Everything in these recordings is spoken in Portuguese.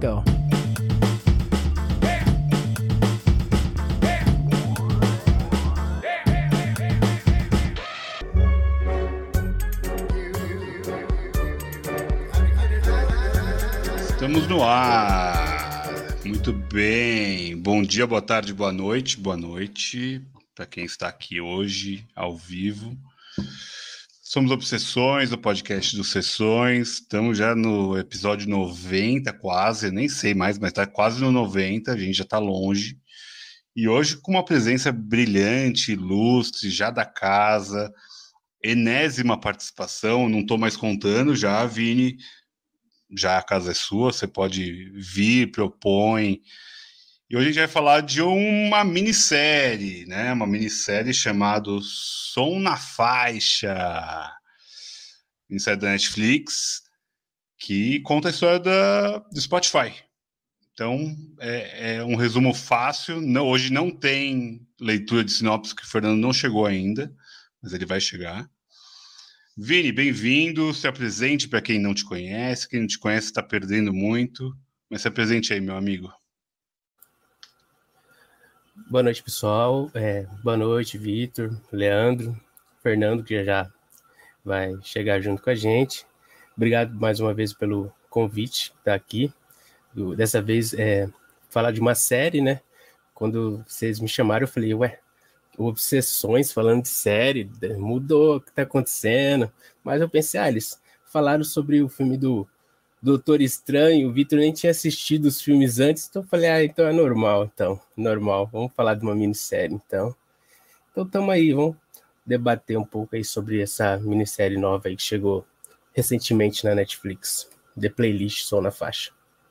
Go. Estamos no ar. Muito bem. Bom dia, boa tarde, boa noite. Boa noite para quem está aqui hoje ao vivo. Somos Obsessões, o podcast dos Sessões. Estamos já no episódio 90, quase, eu nem sei mais, mas está quase no 90, a gente já está longe. E hoje com uma presença brilhante, ilustre, já da casa, enésima participação, não estou mais contando já, Vini, já a casa é sua, você pode vir, propõe. E hoje a gente vai falar de uma minissérie, né? Uma minissérie chamada Som na Faixa, minissérie da Netflix, que conta a história do Spotify. Então, é um resumo fácil. Hoje não tem leitura de sinopse, que o Fernando não chegou ainda, mas ele vai chegar. Vini, bem-vindo, se apresente para quem não te conhece. Quem não te conhece está perdendo muito, mas se apresente aí, meu amigo. Boa noite, pessoal. Boa noite, Vitor, Leandro, Fernando, que já vai chegar junto com a gente. Obrigado mais uma vez pelo convite de estar aqui. Dessa vez, falar de uma série, né? Quando vocês me chamaram, eu falei, Obsessões, falando de série, mudou o que está acontecendo. Mas eu pensei, eles falaram sobre o filme do Doutor Estranho, o Vitor nem tinha assistido os filmes antes, então eu falei, então é normal, normal, vamos falar de uma minissérie, então estamos aí, vamos debater um pouco aí sobre essa minissérie nova aí que chegou recentemente na Netflix, The Playlist Som na Faixa.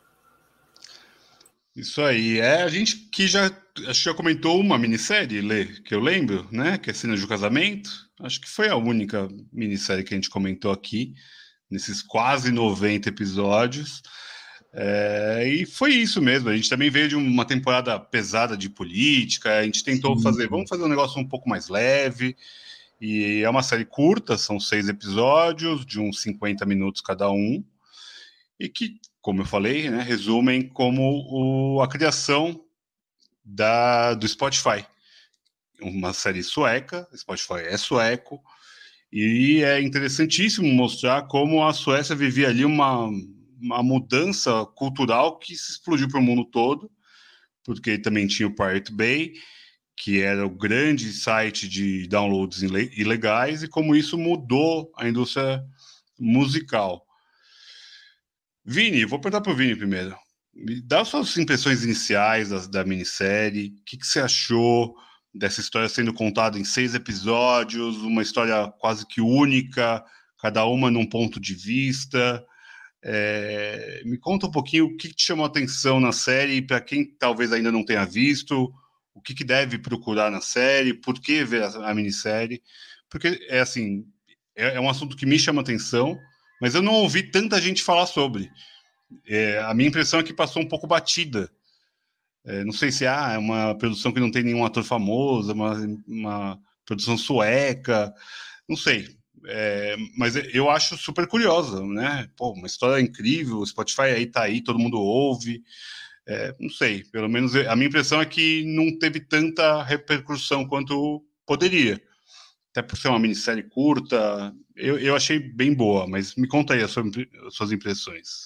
Isso aí, a gente que já comentou uma minissérie, Lê, que eu lembro, né, que é Cena de um Casamento, acho que foi a única minissérie que a gente comentou aqui, nesses quase 90 episódios, e foi isso mesmo, a gente também veio de uma temporada pesada de política, a gente tentou vamos fazer um negócio um pouco mais leve, e é uma série curta, são 6 episódios, de uns 50 minutos cada um, e que, como eu falei, né, resumem como a criação do Spotify. Uma série sueca, Spotify é sueco, e é interessantíssimo mostrar como a Suécia vivia ali uma mudança cultural que se explodiu para o mundo todo, porque também tinha o Pirate Bay, que era o grande site de downloads ilegais, e como isso mudou a indústria musical. Vini, vou perguntar para o Vini primeiro. Me dá suas impressões iniciais da minissérie. O que você achou dessa história sendo contada em 6 episódios, uma história quase que única, cada uma num ponto de vista. Me conta um pouquinho o que te chamou a atenção na série, para quem talvez ainda não tenha visto, o que deve procurar na série, por que ver a minissérie. Porque é um assunto que me chama a atenção, mas eu não ouvi tanta gente falar sobre. A minha impressão é que passou um pouco batida. Não sei se é uma produção que não tem nenhum ator famoso, uma produção sueca, não sei. Mas eu acho super curiosa, né? Pô, uma história incrível, o Spotify tá aí, todo mundo ouve. Não sei, pelo menos a minha impressão é que não teve tanta repercussão quanto poderia. Até por ser uma minissérie curta, eu achei bem boa, mas me conta aí as suas impressões.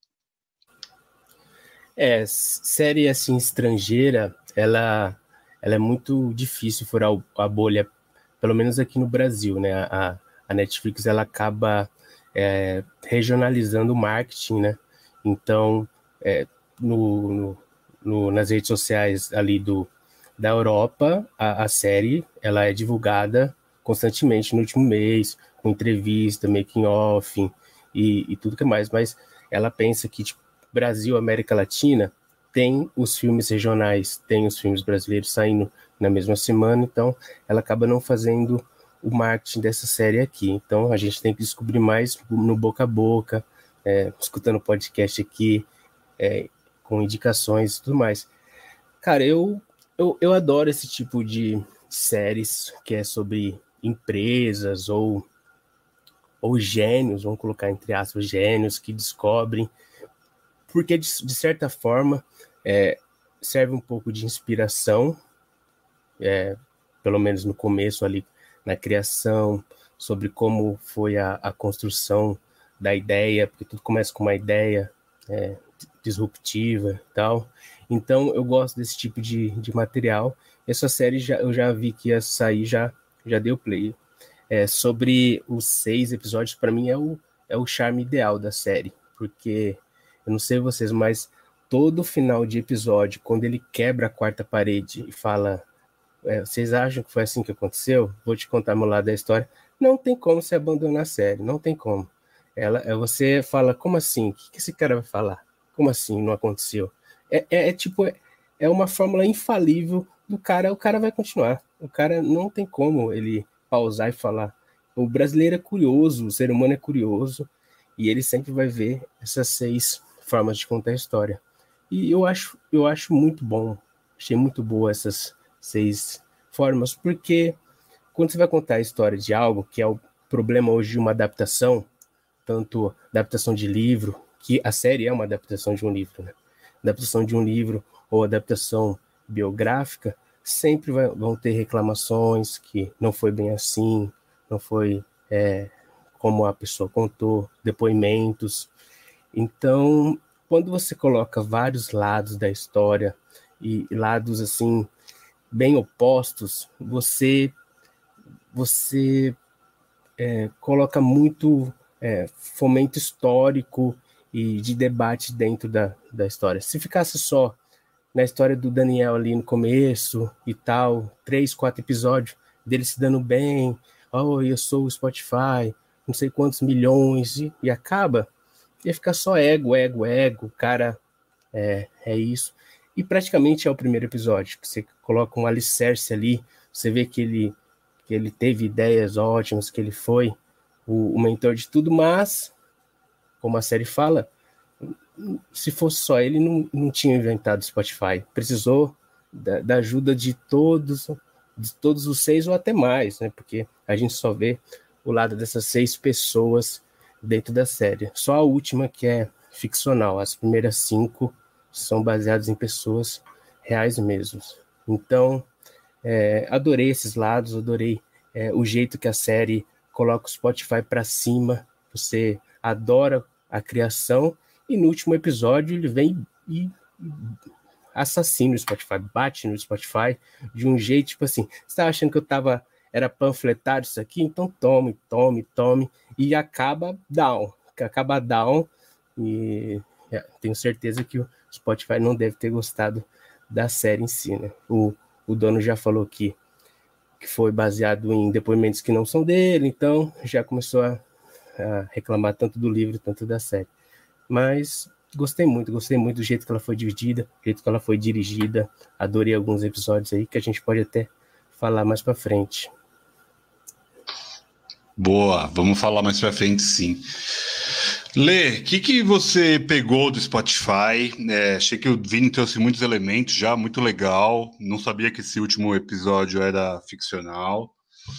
Série assim estrangeira, ela é muito difícil furar a bolha, pelo menos aqui no Brasil, né? A Netflix ela acaba regionalizando o marketing, né? Então, nas redes sociais ali da Europa, a série ela é divulgada constantemente no último mês, com entrevista, making off e tudo que mais, mas ela pensa que tipo, Brasil, América Latina, tem os filmes regionais, tem os filmes brasileiros saindo na mesma semana, então ela acaba não fazendo o marketing dessa série aqui. Então a gente tem que descobrir mais no boca a boca, escutando podcast aqui, com indicações e tudo mais. Cara, eu adoro esse tipo de séries que é sobre empresas ou gênios, vamos colocar entre aspas, gênios que descobrem porque de certa forma serve um pouco de inspiração, pelo menos no começo ali, na criação, sobre como foi a construção da ideia, porque tudo começa com uma ideia disruptiva e tal. Então eu gosto desse tipo de material. Essa série eu já vi que ia sair, já deu play. Sobre os 6 episódios, para mim é o charme ideal da série, porque eu não sei vocês, mas todo final de episódio, quando ele quebra a quarta parede e fala, vocês acham que foi assim que aconteceu? Vou te contar meu lado da história. Não tem como você abandonar a série, não tem como. Você fala, como assim? O que esse cara vai falar? Como assim não aconteceu? É uma fórmula infalível do cara, o cara vai continuar. O cara não tem como ele pausar e falar. O brasileiro é curioso, o ser humano é curioso, e ele sempre vai ver essas 6 formas de contar a história. E eu acho muito bom, achei muito boa essas 6 formas, porque quando você vai contar a história de algo, que é o problema hoje de uma adaptação, tanto adaptação de livro, que a série é uma adaptação de um livro, né? Adaptação de um livro ou adaptação biográfica, sempre vão ter reclamações que não foi bem assim, não foi como a pessoa contou, depoimentos. Então, quando você coloca vários lados da história e lados assim bem opostos, você coloca muito fomento histórico e de debate dentro da história. Se ficasse só na história do Daniel ali no começo e tal, 3, 4 episódios dele se dando bem, eu sou o Spotify, não sei quantos milhões, e acaba, ia ficar só ego, o cara é isso. E praticamente é o primeiro episódio, que você coloca um alicerce ali, você vê que ele teve ideias ótimas, que ele foi o mentor de tudo, mas, como a série fala, se fosse só ele, não tinha inventado o Spotify. Precisou da ajuda de todos os 6 ou até mais, né? Porque a gente só vê o lado dessas 6 pessoas dentro da série. Só a última que é ficcional. As primeiras 5 são baseadas em pessoas reais mesmos. Então, adorei esses lados, adorei o jeito que a série coloca o Spotify para cima. Você adora a criação, e no último episódio ele vem e assassina o Spotify, bate no Spotify de um jeito tipo assim, você tá achando que era panfletário isso aqui? Então tome, e acaba down, e tenho certeza que o Spotify não deve ter gostado da série em si, né? O dono já falou que foi baseado em depoimentos que não são dele, então já começou a reclamar tanto do livro, tanto da série. Mas gostei muito do jeito que ela foi dividida, do jeito que ela foi dirigida. Adorei alguns episódios aí que a gente pode até falar mais pra frente. Boa, vamos falar mais pra frente, sim. Lê, o que você pegou do Spotify? Achei que o Vini trouxe muitos elementos já, muito legal. Não sabia que esse último episódio era ficcional.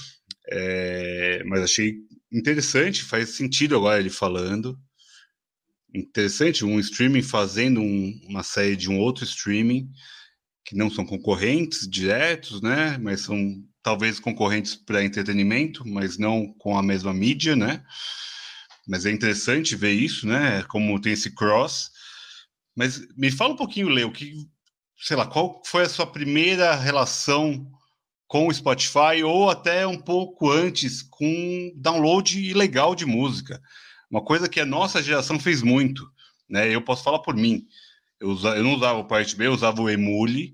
Mas achei interessante, faz sentido agora ele falando. Interessante, um streaming fazendo uma série de um outro streaming, que não são concorrentes diretos, né? Mas são talvez concorrentes para entretenimento, mas não com a mesma mídia, né? Mas é interessante ver isso, né? Como tem esse cross. Mas me fala um pouquinho, Leo, qual foi a sua primeira relação com o Spotify, ou até um pouco antes, com download ilegal de música? Uma coisa que a nossa geração fez muito, né? Eu posso falar por mim. Eu não usava o Pirate Bay, eu usava o Emule,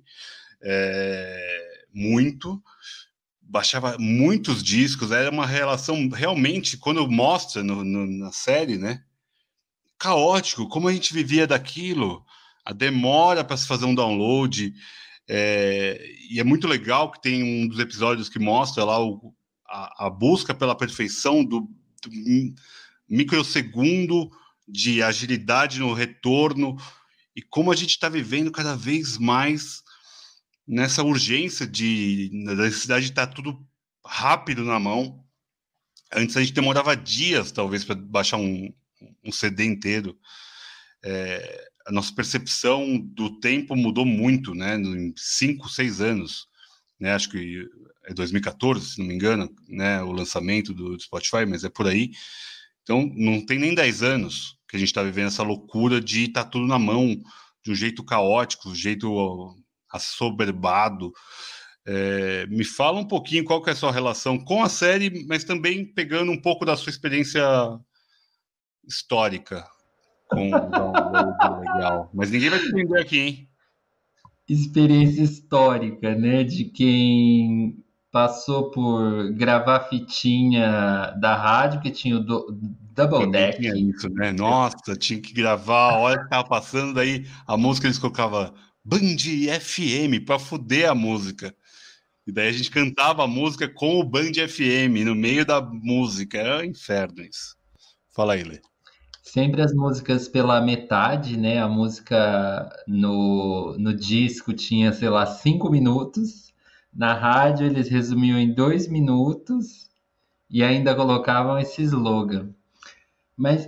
muito. Baixava muitos discos, era uma relação realmente, quando mostra na série, né? Caótico, como a gente vivia daquilo, a demora para se fazer um download, e é muito legal que tem um dos episódios que mostra lá a busca pela perfeição do microsegundo de agilidade no retorno, e como a gente está vivendo cada vez mais nessa urgência na necessidade de estar tudo rápido na mão. Antes a gente demorava dias, talvez, para baixar um CD inteiro. a nossa percepção do tempo mudou muito, né? Em 5, 6 anos, né? Acho que é 2014, se não me engano, né? O lançamento do Spotify, mas é por aí. Então, não tem nem 10 anos que a gente está vivendo essa loucura de estar tudo na mão, de um jeito caótico, de um jeito assoberbado. Me fala um pouquinho qual que é a sua relação com a série, mas também pegando um pouco da sua experiência histórica com o download legal. Mas ninguém vai te entender aqui, hein? Experiência histórica, né? De quem passou por gravar fitinha da rádio, que tinha o Double Também tinha Deck. isso, né? Nossa, tinha que gravar a hora que tava passando, daí a música eles colocavam Band FM para foder a música. E daí a gente cantava a música com o Band FM no meio da música. Era um inferno isso. Fala aí, Lê. Sempre as músicas pela metade, né? A música no disco tinha, sei lá, 5 minutos. Na rádio eles resumiam em 2 minutos e ainda colocavam esse slogan. Mas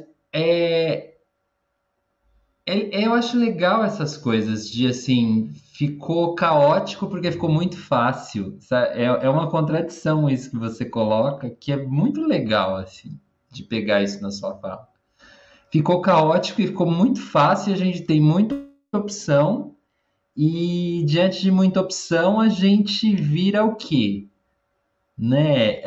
eu acho legal essas coisas de assim, ficou caótico porque ficou muito fácil. É uma contradição isso que você coloca, que é muito legal, assim, de pegar isso na sua fala. Ficou caótico e ficou muito fácil, a gente tem muita opção, e diante de muita opção, a gente vira o quê? Né?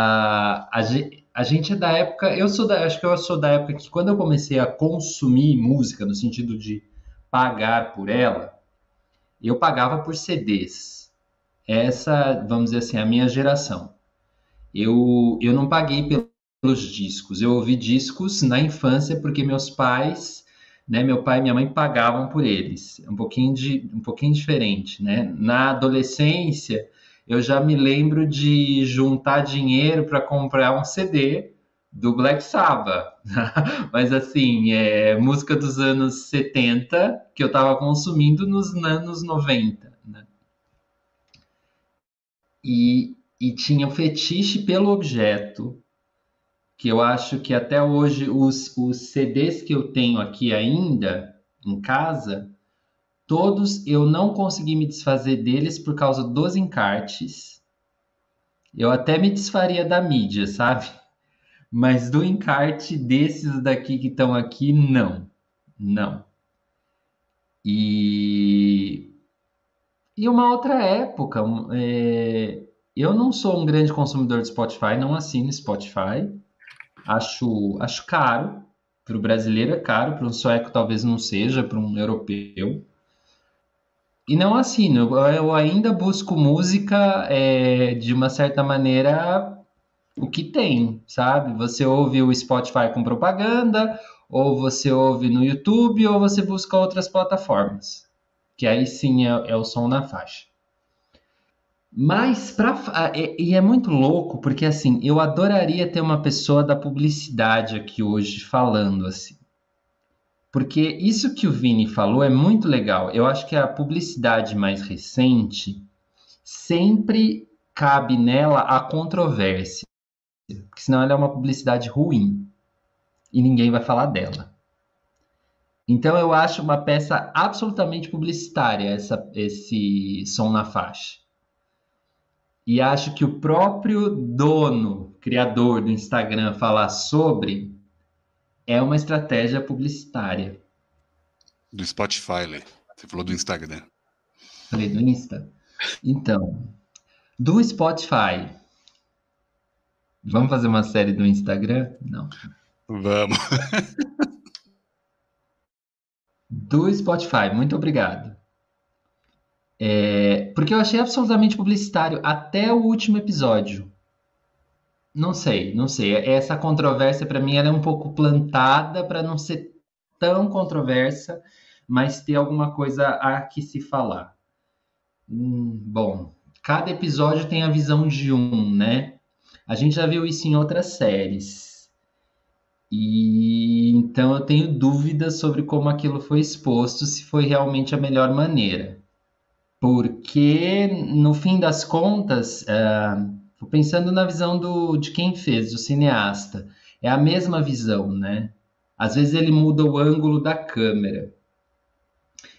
A gente é da época, acho que eu sou da época que quando eu comecei a consumir música, no sentido de pagar por ela, eu pagava por CDs. Essa, vamos dizer assim, a minha geração. Eu não paguei pelos discos, eu ouvi discos na infância porque meus pais, né, meu pai e minha mãe pagavam por eles. Um pouquinho diferente, né? Na adolescência, eu já me lembro de juntar dinheiro para comprar um CD do Black Sabbath. Mas assim, música dos anos 70 que eu estava consumindo nos anos 90, né? E tinha o fetiche pelo objeto, que eu acho que até hoje os CDs que eu tenho aqui ainda em casa, todos eu não consegui me desfazer deles por causa dos encartes. Eu até me desfaria da mídia, sabe? Mas do encarte desses daqui que estão aqui, não. Não. E uma outra época, eu não sou um grande consumidor de Spotify, não assino Spotify. Acho caro. Para o brasileiro é caro, para um sueco talvez não seja, para um europeu. E não assino, eu ainda busco música de uma certa maneira o que tem, sabe? Você ouve o Spotify com propaganda, ou você ouve no YouTube, ou você busca outras plataformas. Que aí sim é o som na faixa. Mas, e é muito louco, porque assim, eu adoraria ter uma pessoa da publicidade aqui hoje falando assim. Porque isso que o Vini falou é muito legal. Eu acho que a publicidade mais recente sempre cabe nela a controvérsia. Porque senão ela é uma publicidade ruim. E ninguém vai falar dela. Então eu acho uma peça absolutamente publicitária esse som na faixa. E acho que o próprio dono, criador do Instagram falar sobre é uma estratégia publicitária. Do Spotify, Lê. Você falou do Instagram. Falei do Insta? Então, do Spotify. Vamos fazer uma série do Instagram? Não. Vamos. Do Spotify, muito obrigado. Porque eu achei absolutamente publicitário até o último episódio. Não sei. Essa controvérsia, para mim, ela é um pouco plantada para não ser tão controversa, mas ter alguma coisa a que se falar. Bom, cada episódio tem a visão de um, né? A gente já viu isso em outras séries. E então eu tenho dúvidas sobre como aquilo foi exposto, se foi realmente a melhor maneira. Porque, no fim das contas, pensando na visão de quem fez, do cineasta, é a mesma visão, né? Às vezes ele muda o ângulo da câmera,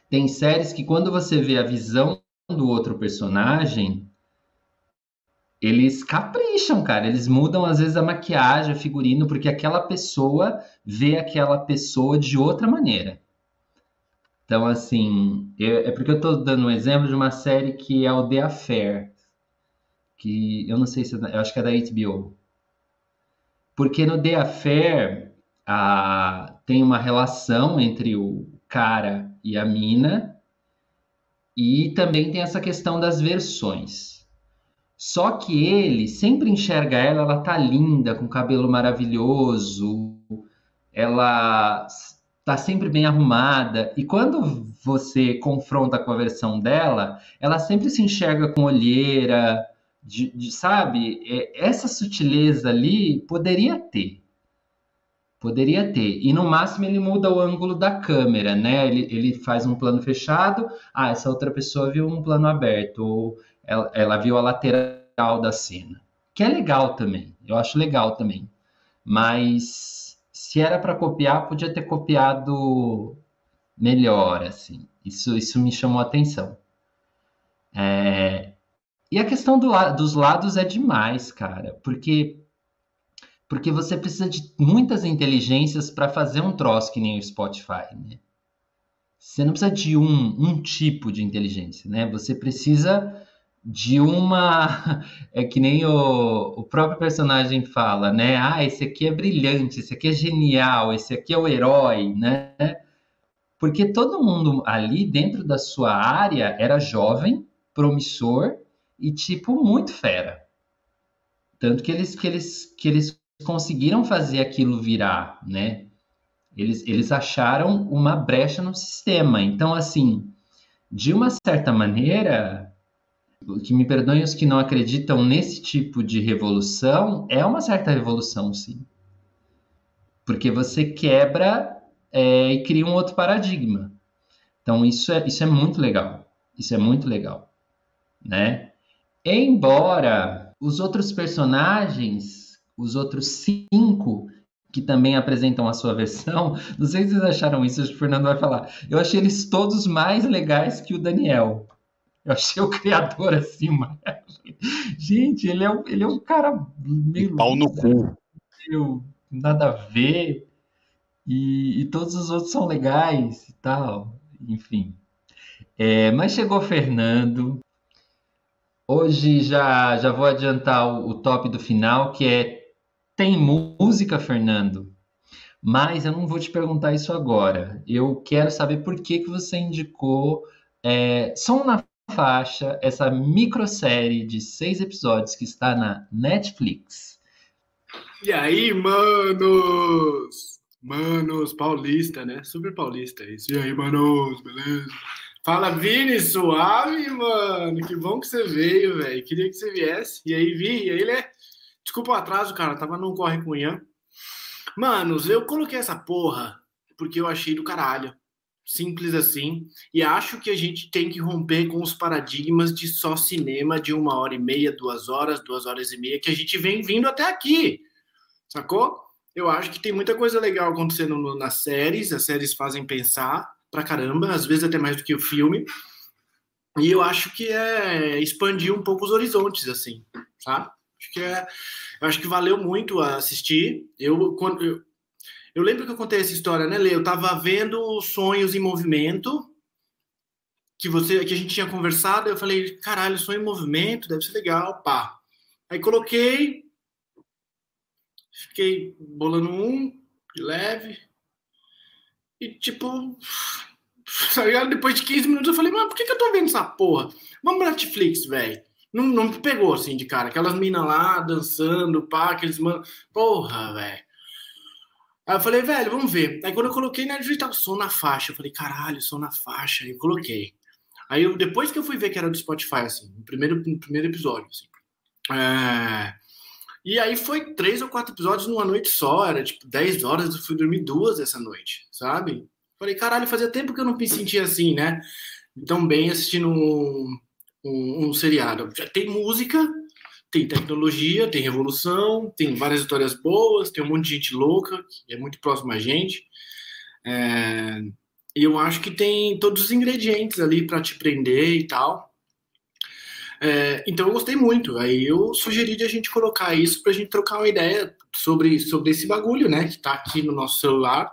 Tem séries que quando você vê a visão do outro personagem, eles capricham, cara. Eles mudam, às vezes, a maquiagem, o figurino, porque aquela pessoa vê aquela pessoa de outra maneira. Então, assim, é porque eu tô dando um exemplo de uma série que é o The Affair, que eu não sei se... Eu acho que é da HBO. Porque no The Affair tem uma relação entre o cara e a mina, e também tem essa questão das versões. Só que ele sempre enxerga ela tá linda, com cabelo maravilhoso, ela tá sempre bem arrumada. E quando você confronta com a versão dela, ela sempre se enxerga com olheira, sabe? Essa sutileza ali poderia ter. Poderia ter. E no máximo ele muda o ângulo da câmera, né? Ele faz um plano fechado, essa outra pessoa viu um plano aberto, ou ela viu a lateral da cena. Que é legal também. Eu acho legal também. Mas se era para copiar, podia ter copiado melhor, assim. Isso me chamou a atenção. E a questão dos lados é demais, cara, porque você precisa de muitas inteligências para fazer um troço que nem o Spotify, né? Você não precisa de um tipo de inteligência, né? Você precisa de uma... É que nem o próprio personagem fala, né? Esse aqui é brilhante, esse aqui é genial, esse aqui é o herói, né? Porque todo mundo ali dentro da sua área era jovem, promissor e, tipo, muito fera. Tanto que eles conseguiram fazer aquilo virar, né? Eles acharam uma brecha no sistema. Então, assim, de uma certa maneira, que me perdoem os que não acreditam nesse tipo de revolução, é uma certa revolução, sim. Porque você quebra e cria um outro paradigma. Então, isso é muito legal. Isso é muito legal, né? Embora os outros personagens, os outros 5 que também apresentam a sua versão, não sei se vocês acharam isso, acho que o Fernando vai falar. Eu achei eles todos mais legais que o Daniel. Eu achei o criador assim, mano. Gente, ele é um cara meio pau no cu. meio nada a ver. E todos os outros são legais e tal. Enfim. Mas chegou o Fernando. Hoje já vou adiantar o top do final, que tem música, Fernando? Mas eu não vou te perguntar isso agora. Eu quero saber por que você indicou Som na Faixa, essa microsérie de 6 episódios que está na Netflix. E aí, manos? Manos, paulista, né? Super paulista isso. E aí, manos, beleza? Fala, Vini, suave, mano. Que bom que você veio, velho. Queria que você viesse. E aí, Vi, e aí, Lê? Desculpa o atraso, cara. Tava num corre com o Ian. Manos, eu coloquei essa porra porque eu achei do caralho. Simples assim. E acho que a gente tem que romper com os paradigmas de só cinema de 1h30, 2 horas, 2h30, que a gente vem vindo até aqui. Sacou? Eu acho que tem muita coisa legal acontecendo nas séries. As séries fazem pensar pra caramba, às vezes até mais do que o filme. E eu acho que expandir um pouco os horizontes, assim, sabe? Eu acho que valeu muito assistir. Eu lembro que eu contei essa história, né, Lê? Eu tava vendo Sonhos em Movimento, que a gente tinha conversado, eu falei, caralho, Sonho em Movimento, deve ser legal, pá. Aí coloquei, fiquei bolando de leve, e tipo, depois de 15 minutos eu falei, mano, por que eu tô vendo essa porra? Vamos pra Netflix, velho. Não me pegou assim de cara, aquelas minas lá dançando, pá, aqueles mano, porra, velho. Aí eu falei, velho, vamos ver. Aí quando eu coloquei na Netflix, tava Som na Faixa. Eu falei, caralho, Som na Faixa. Aí eu coloquei. Aí depois que eu fui ver que era do Spotify, assim, no primeiro episódio, assim. E aí foi 3 ou 4 episódios numa noite só, era tipo 10 horas, eu fui dormir 2 essa noite, sabe? Falei, caralho, fazia tempo que eu não me sentia assim, né? Tão bem assistindo um seriado. Já tem música, tem tecnologia, tem revolução, tem várias histórias boas, tem um monte de gente louca, que é muito próximo a gente. E eu acho que tem todos os ingredientes ali para te prender e tal. Então eu gostei muito. Aí eu sugeri de a gente colocar isso pra gente trocar uma ideia sobre esse bagulho, né? Que tá aqui no nosso celular.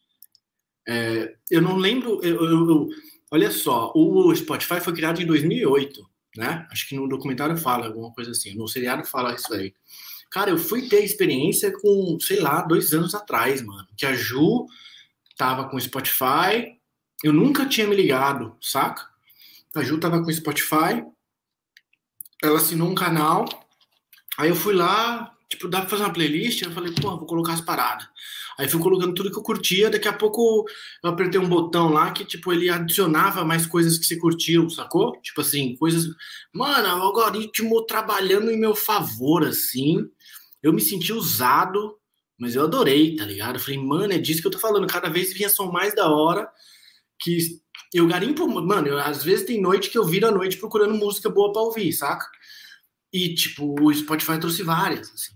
Eu não lembro. Olha só, o Spotify foi criado em 2008, né? Acho que no documentário fala alguma coisa assim. No seriado fala isso aí. Cara, eu fui ter experiência com, sei lá, 2 anos atrás, mano. Que a Ju tava com o Spotify. Eu nunca tinha me ligado, saca? A Ju tava com o Spotify. Ela assinou um canal. Aí eu fui lá, tipo, dá pra fazer uma playlist? Eu falei, pô, vou colocar as paradas. Aí fui colocando tudo que eu curtia. Daqui a pouco eu apertei um botão lá que, tipo, ele adicionava mais coisas que você curtiu, sacou? Tipo assim, coisas... Mano, o algoritmo trabalhando em meu favor, assim. Eu me senti usado, mas eu adorei, tá ligado? Eu falei, mano, é disso que eu tô falando. Cada vez vinha som mais da hora que eu garimpo... Mano, às vezes tem noite que eu viro à noite procurando música boa pra ouvir, saca? E, tipo, o Spotify trouxe várias, assim,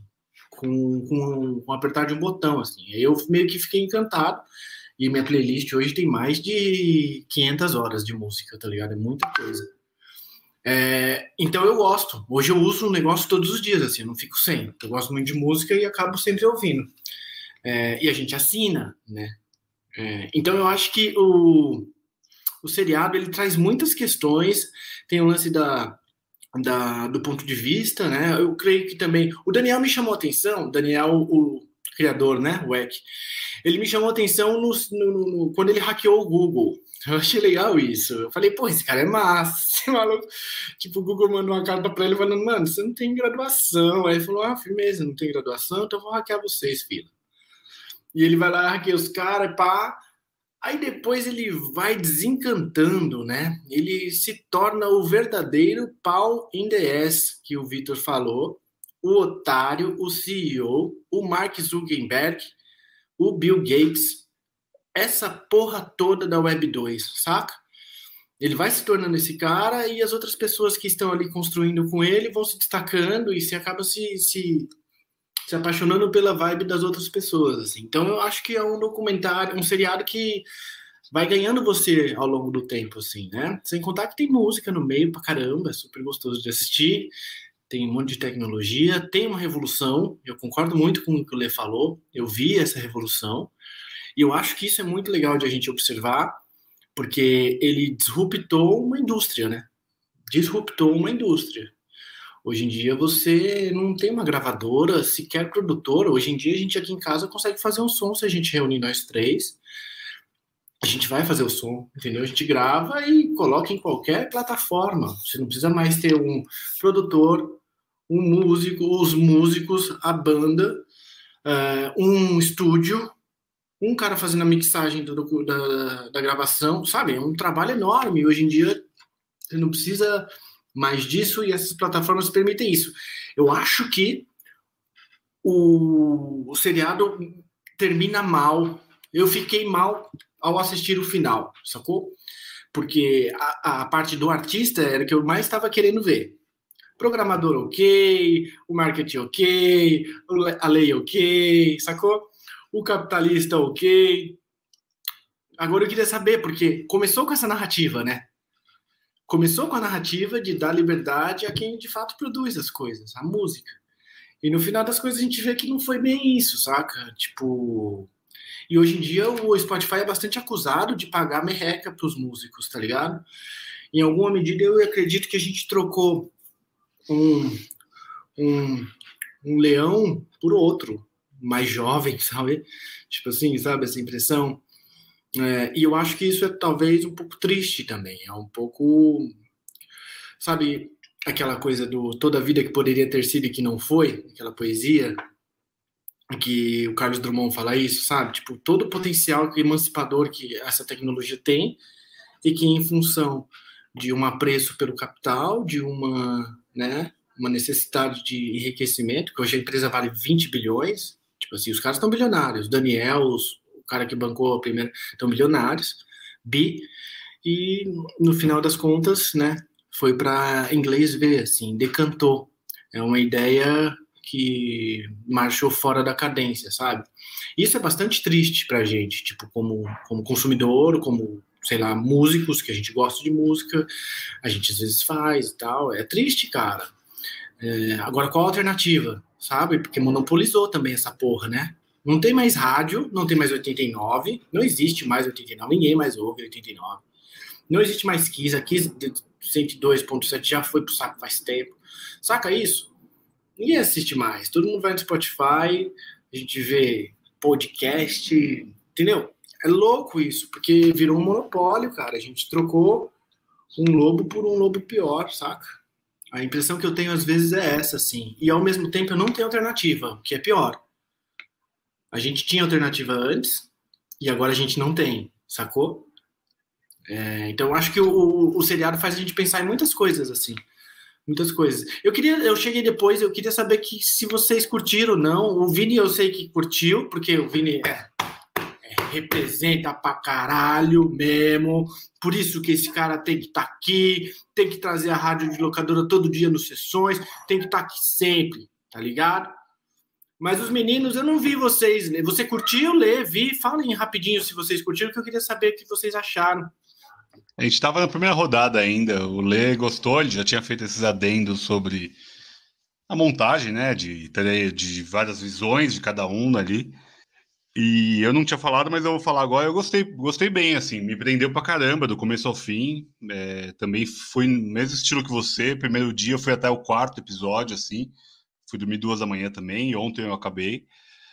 com apertar de um botão, assim. Aí eu meio que fiquei encantado. E minha playlist hoje tem mais de 500 horas de música, tá ligado? É muita coisa. Então eu gosto. Hoje eu uso um negócio todos os dias, assim, eu não fico sem. Eu gosto muito de música e acabo sempre ouvindo. E a gente assina, né? Então eu acho que o seriado, ele traz muitas questões. Tem o lance do ponto de vista, né? Eu creio que também... O Daniel me chamou a atenção, Daniel, o criador, né? O Eck. Ele me chamou a atenção quando ele hackeou o Google. Eu achei legal isso. Eu falei, pô, esse cara é massa, esse maluco. Tipo, o Google mandou uma carta pra ele falando, mano, você não tem graduação. Aí ele falou, firmeza, não tem graduação, então eu vou hackear vocês, filho. E ele vai lá, hackeia os caras, pá. Aí depois ele vai desencantando, né? Ele se torna o verdadeiro pau in the ass, que o Vitor falou, o otário, o CEO, o Mark Zuckerberg, o Bill Gates, essa porra toda da Web 2, saca? Ele vai se tornando esse cara e as outras pessoas que estão ali construindo com ele vão se destacando e se acaba se apaixonando pela vibe das outras pessoas, assim. Então eu acho que é um documentário, um seriado que vai ganhando você ao longo do tempo, assim, né? Sem contar que tem música no meio pra caramba, é super gostoso de assistir, tem um monte de tecnologia, tem uma revolução, eu concordo muito com o que o Lê falou, eu vi essa revolução, e eu acho que isso é muito legal de a gente observar, porque ele disruptou uma indústria, né? Disruptou uma indústria. Hoje em dia você não tem uma gravadora, sequer produtora. Hoje em dia a gente aqui em casa consegue fazer um som se a gente reunir nós três. A gente vai fazer o som, entendeu? A gente grava e coloca em qualquer plataforma. Você não precisa mais ter um produtor, um músico, os músicos, a banda, um estúdio, um cara fazendo a mixagem da gravação, sabe? É um trabalho enorme. Hoje em dia você não precisa mais disso e essas plataformas permitem isso. Eu acho que o seriado termina mal. Eu fiquei mal ao assistir o final, sacou? Porque a parte do artista era o que eu mais estava querendo ver. Programador ok, o marketing ok, a lei ok, sacou? O capitalista ok. Agora eu queria saber, porque começou com essa narrativa, né? Começou com a narrativa de dar liberdade a quem de fato produz as coisas, a música. E no final das coisas a gente vê que não foi bem isso, saca? Tipo... E hoje em dia o Spotify é bastante acusado de pagar merreca pros músicos, tá ligado? Em alguma medida eu acredito que a gente trocou um leão por outro, mais jovem, sabe? Tipo assim, sabe? Essa impressão... e eu acho que isso é talvez um pouco triste também. É um pouco, sabe, aquela coisa do toda a vida que poderia ter sido e que não foi, aquela poesia que o Carlos Drummond fala isso, sabe? Tipo, todo o potencial emancipador que essa tecnologia tem e que em função de um apreço pelo capital, de uma, né, uma necessidade de enriquecimento, que hoje a empresa vale 20 bilhões, tipo assim, os caras estão bilionários, Daniel, o cara que bancou a primeira, estão bilionários, e no final das contas, né, foi para inglês ver, assim, decantou. É uma ideia que marchou fora da cadência, sabe? Isso é bastante triste pra gente, tipo, como consumidor, como, sei lá, músicos, que a gente gosta de música, a gente às vezes faz e tal. É triste, cara. Agora, qual a alternativa, sabe? Porque monopolizou também essa porra, né? Não tem mais rádio, não tem mais 89, não existe mais 89, ninguém mais ouve 89. Não existe mais Kiss, a Kiss 102.7 já foi pro saco faz tempo. Saca isso? Ninguém assiste mais. Todo mundo vai no Spotify, a gente vê podcast, entendeu? É louco isso, porque virou um monopólio, cara. A gente trocou um lobo por um lobo pior, saca? A impressão que eu tenho às vezes é essa, assim. E ao mesmo tempo eu não tenho alternativa, o que é pior. A gente tinha alternativa antes e agora a gente não tem, sacou? Então eu acho que o seriado faz a gente pensar em muitas coisas, assim. Muitas coisas. Eu cheguei depois, eu queria saber se vocês curtiram ou não. O Vini eu sei que curtiu, porque o Vini representa pra caralho mesmo. Por isso que esse cara tem que estar aqui, tem que trazer a rádio de locadora todo dia nos sessões, tem que estar aqui sempre, tá ligado? Mas os meninos, eu não vi vocês. Você curtiu, Lê? Vi? Falem rapidinho se vocês curtiram, que eu queria saber o que vocês acharam. A gente estava na primeira rodada ainda. O Lê gostou, ele já tinha feito esses adendos sobre a montagem, né? De várias visões de cada um ali. E eu não tinha falado, mas eu vou falar agora. Eu gostei bem, assim, me prendeu pra caramba, do começo ao fim. Também fui no mesmo estilo que você. Primeiro dia eu fui até o 4º episódio, assim. Fui dormir 2 da manhã também, e ontem eu acabei.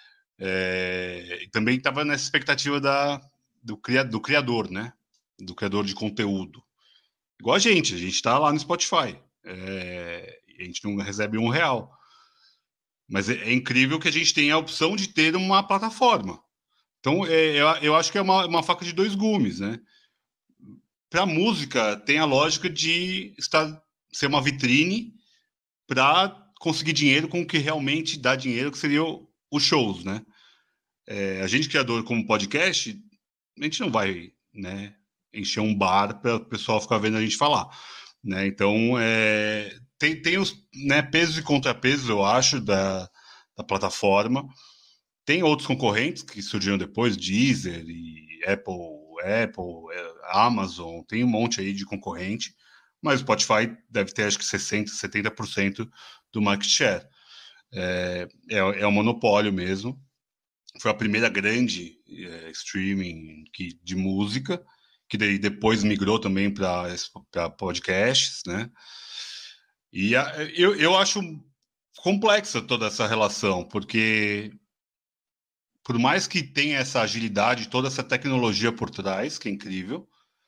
E também estava nessa expectativa do criador, né? Do criador de conteúdo. Igual a gente está lá no Spotify. A gente não recebe R$1. Mas é incrível que a gente tenha a opção de ter uma plataforma. Então, eu acho que é uma faca de 2 gumes, né? Para a música, tem a lógica de ser uma vitrine para conseguir dinheiro com o que realmente dá dinheiro, que seria os shows, né? A gente, criador como podcast, a gente não vai, né, encher um bar para o pessoal ficar vendo a gente falar, né? Então, tem os, né, pesos e contrapesos, eu acho, da plataforma. Tem outros concorrentes que surgiram depois, Deezer e Apple, Amazon, tem um monte aí de concorrente, mas o Spotify deve ter, acho que 60%, 70% do market share. É um monopólio mesmo. Foi a primeira grande streaming de música, que daí depois migrou também para podcasts, né? E eu acho complexa toda essa relação, porque por mais que tenha essa agilidade, toda essa tecnologia por trás, que é incrível,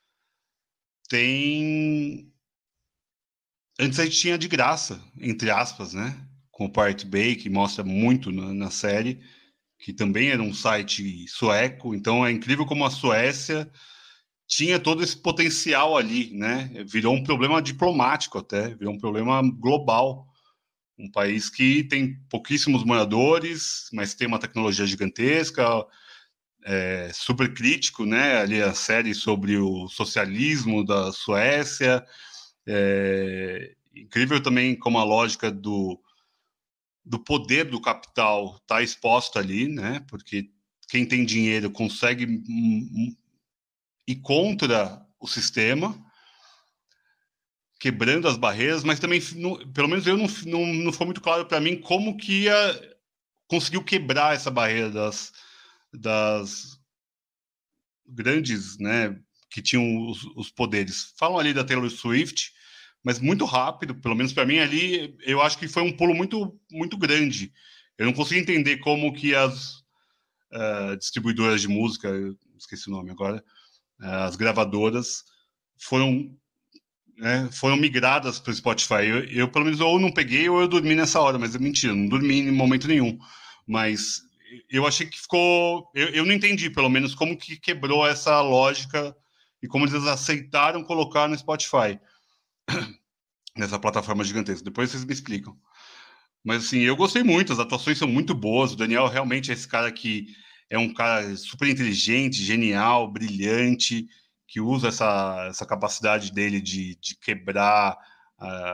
antes a gente tinha de graça, entre aspas, né? Com o Pirate Bay, que mostra muito na série, que também era um site sueco. Então é incrível como a Suécia tinha todo esse potencial ali, né? Virou um problema diplomático até, virou um problema global. Um país que tem pouquíssimos moradores, mas tem uma tecnologia gigantesca, super crítico, né? Ali a série sobre o socialismo da Suécia. Incrível também como a lógica do poder do capital está exposta ali, né? Porque quem tem dinheiro consegue ir contra o sistema, quebrando as barreiras, mas também, pelo menos eu não foi muito claro para mim como que conseguiu quebrar essa barreira das grandes, né, que tinham os poderes. Falam ali da Taylor Swift, mas muito rápido, pelo menos para mim ali, eu acho que foi um pulo muito, muito grande. Eu não consigo entender como que as distribuidoras de música, eu esqueci o nome agora, as gravadoras foram migradas para o Spotify. Eu, pelo menos, ou não peguei ou eu dormi nessa hora, mas é mentira, não dormi em momento nenhum. Mas eu achei que ficou... Eu não entendi, pelo menos, como que quebrou essa lógica e como eles aceitaram colocar no Spotify, nessa plataforma gigantesca. Depois vocês me explicam. Mas, assim, eu gostei muito, as atuações são muito boas. O Daniel realmente é esse cara que é um cara super inteligente, genial, brilhante, que usa essa capacidade dele de quebrar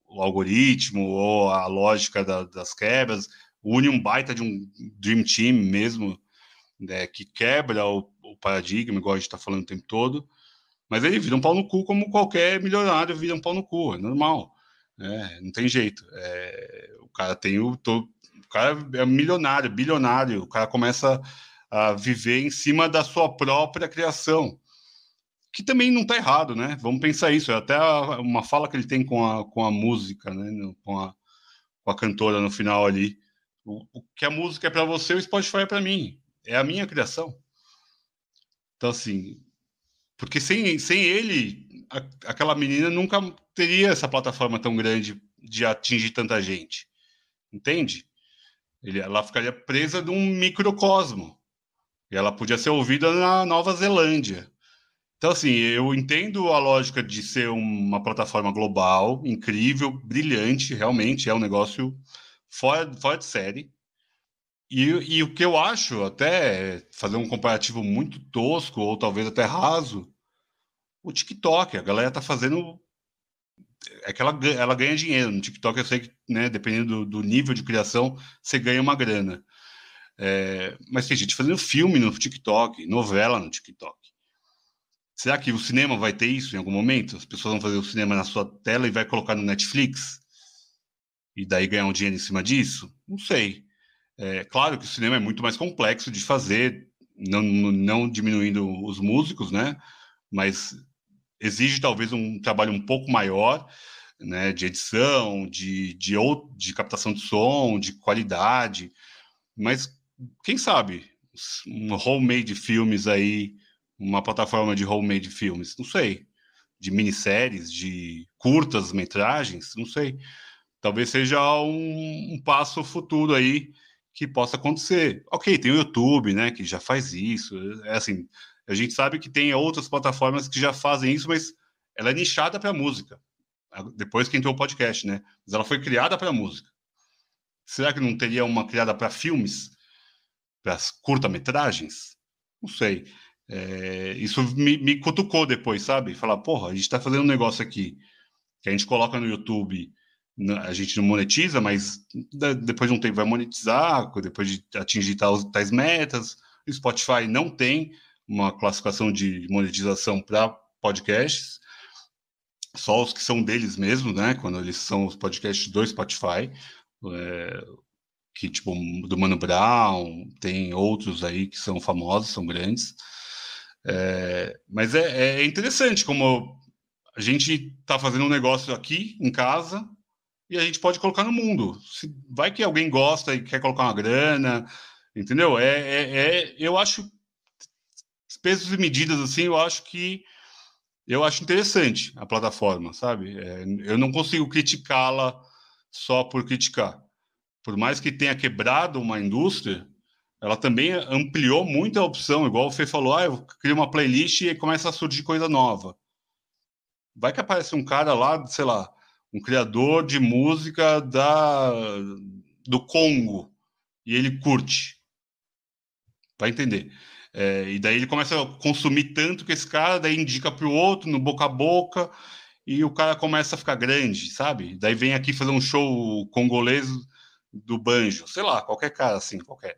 o algoritmo ou a lógica das quebras, une um baita de um Dream Team mesmo, né, que quebra o paradigma, igual a gente está falando o tempo todo, mas ele vira um pau no cu como qualquer milionário vira um pau no cu, é normal, né? Não tem jeito. O cara tem o cara é milionário, bilionário, o cara começa a viver em cima da sua própria criação, que também não está errado, né? Vamos pensar isso, é até uma fala que ele tem com a música, né? Com a cantora no final ali. O que a música é para você, o Spotify é para mim. É a minha criação. Então, assim, porque sem ele, aquela menina nunca teria essa plataforma tão grande de atingir tanta gente. Entende? Ela ficaria presa num microcosmo. E ela podia ser ouvida na Nova Zelândia. Então, assim, eu entendo a lógica de ser uma plataforma global, incrível, brilhante, realmente é um negócio fora de série. E o que eu acho, até fazer um comparativo muito tosco, ou talvez até raso, o TikTok, a galera tá fazendo. É que ela ganha dinheiro. No TikTok eu sei que, né, dependendo do nível de criação, você ganha uma grana. Mas tem gente fazendo filme no TikTok, novela no TikTok. Será que o cinema vai ter isso em algum momento? As pessoas vão fazer o cinema na sua tela e vai colocar no Netflix? E daí ganhar um dinheiro em cima disso? Não sei. Claro que o cinema é muito mais complexo de fazer, não diminuindo os músicos, né? Mas exige talvez um trabalho um pouco maior, né? De edição, de captação de som, de qualidade. Mas quem sabe um homemade filmes aí, uma plataforma de homemade filmes, não sei, de minisséries, de curtas metragens, não sei. Talvez seja um passo futuro aí que possa acontecer. Ok, tem o YouTube, né, que já faz isso. Assim, a gente sabe que tem outras plataformas que já fazem isso, mas ela é nichada para música. Depois que entrou o podcast, né? Mas ela foi criada para música. Será que não teria uma criada para filmes? Para as curta-metragens? Não sei. Isso me cutucou depois, sabe? Falar, porra, a gente está fazendo um negócio aqui que a gente coloca no YouTube, a gente não monetiza, mas depois de um tempo vai monetizar, depois de atingir tais metas. O Spotify não tem uma classificação de monetização para podcasts, só os que são deles mesmo, né? Quando eles são os podcasts do Spotify, que tipo do Mano Brown, tem outros aí que são famosos, são grandes. Mas é interessante como a gente está fazendo um negócio aqui em casa e a gente pode colocar no mundo. Vai que alguém gosta e quer colocar uma grana, entendeu? Eu acho pesos e medidas assim, eu acho interessante a plataforma, sabe? Eu não consigo criticá-la só por criticar. Por mais que tenha quebrado uma indústria, ela também ampliou muito a opção, igual o Fê falou, eu crio uma playlist e começa a surgir coisa nova. Vai que aparece um cara lá, sei lá, um criador de música do Congo, e ele curte. Vai entender. E daí ele começa a consumir tanto que esse cara daí indica para o outro, no boca a boca, e o cara começa a ficar grande, sabe? Daí vem aqui fazer um show congolês do banjo, sei lá, qualquer cara assim, qualquer.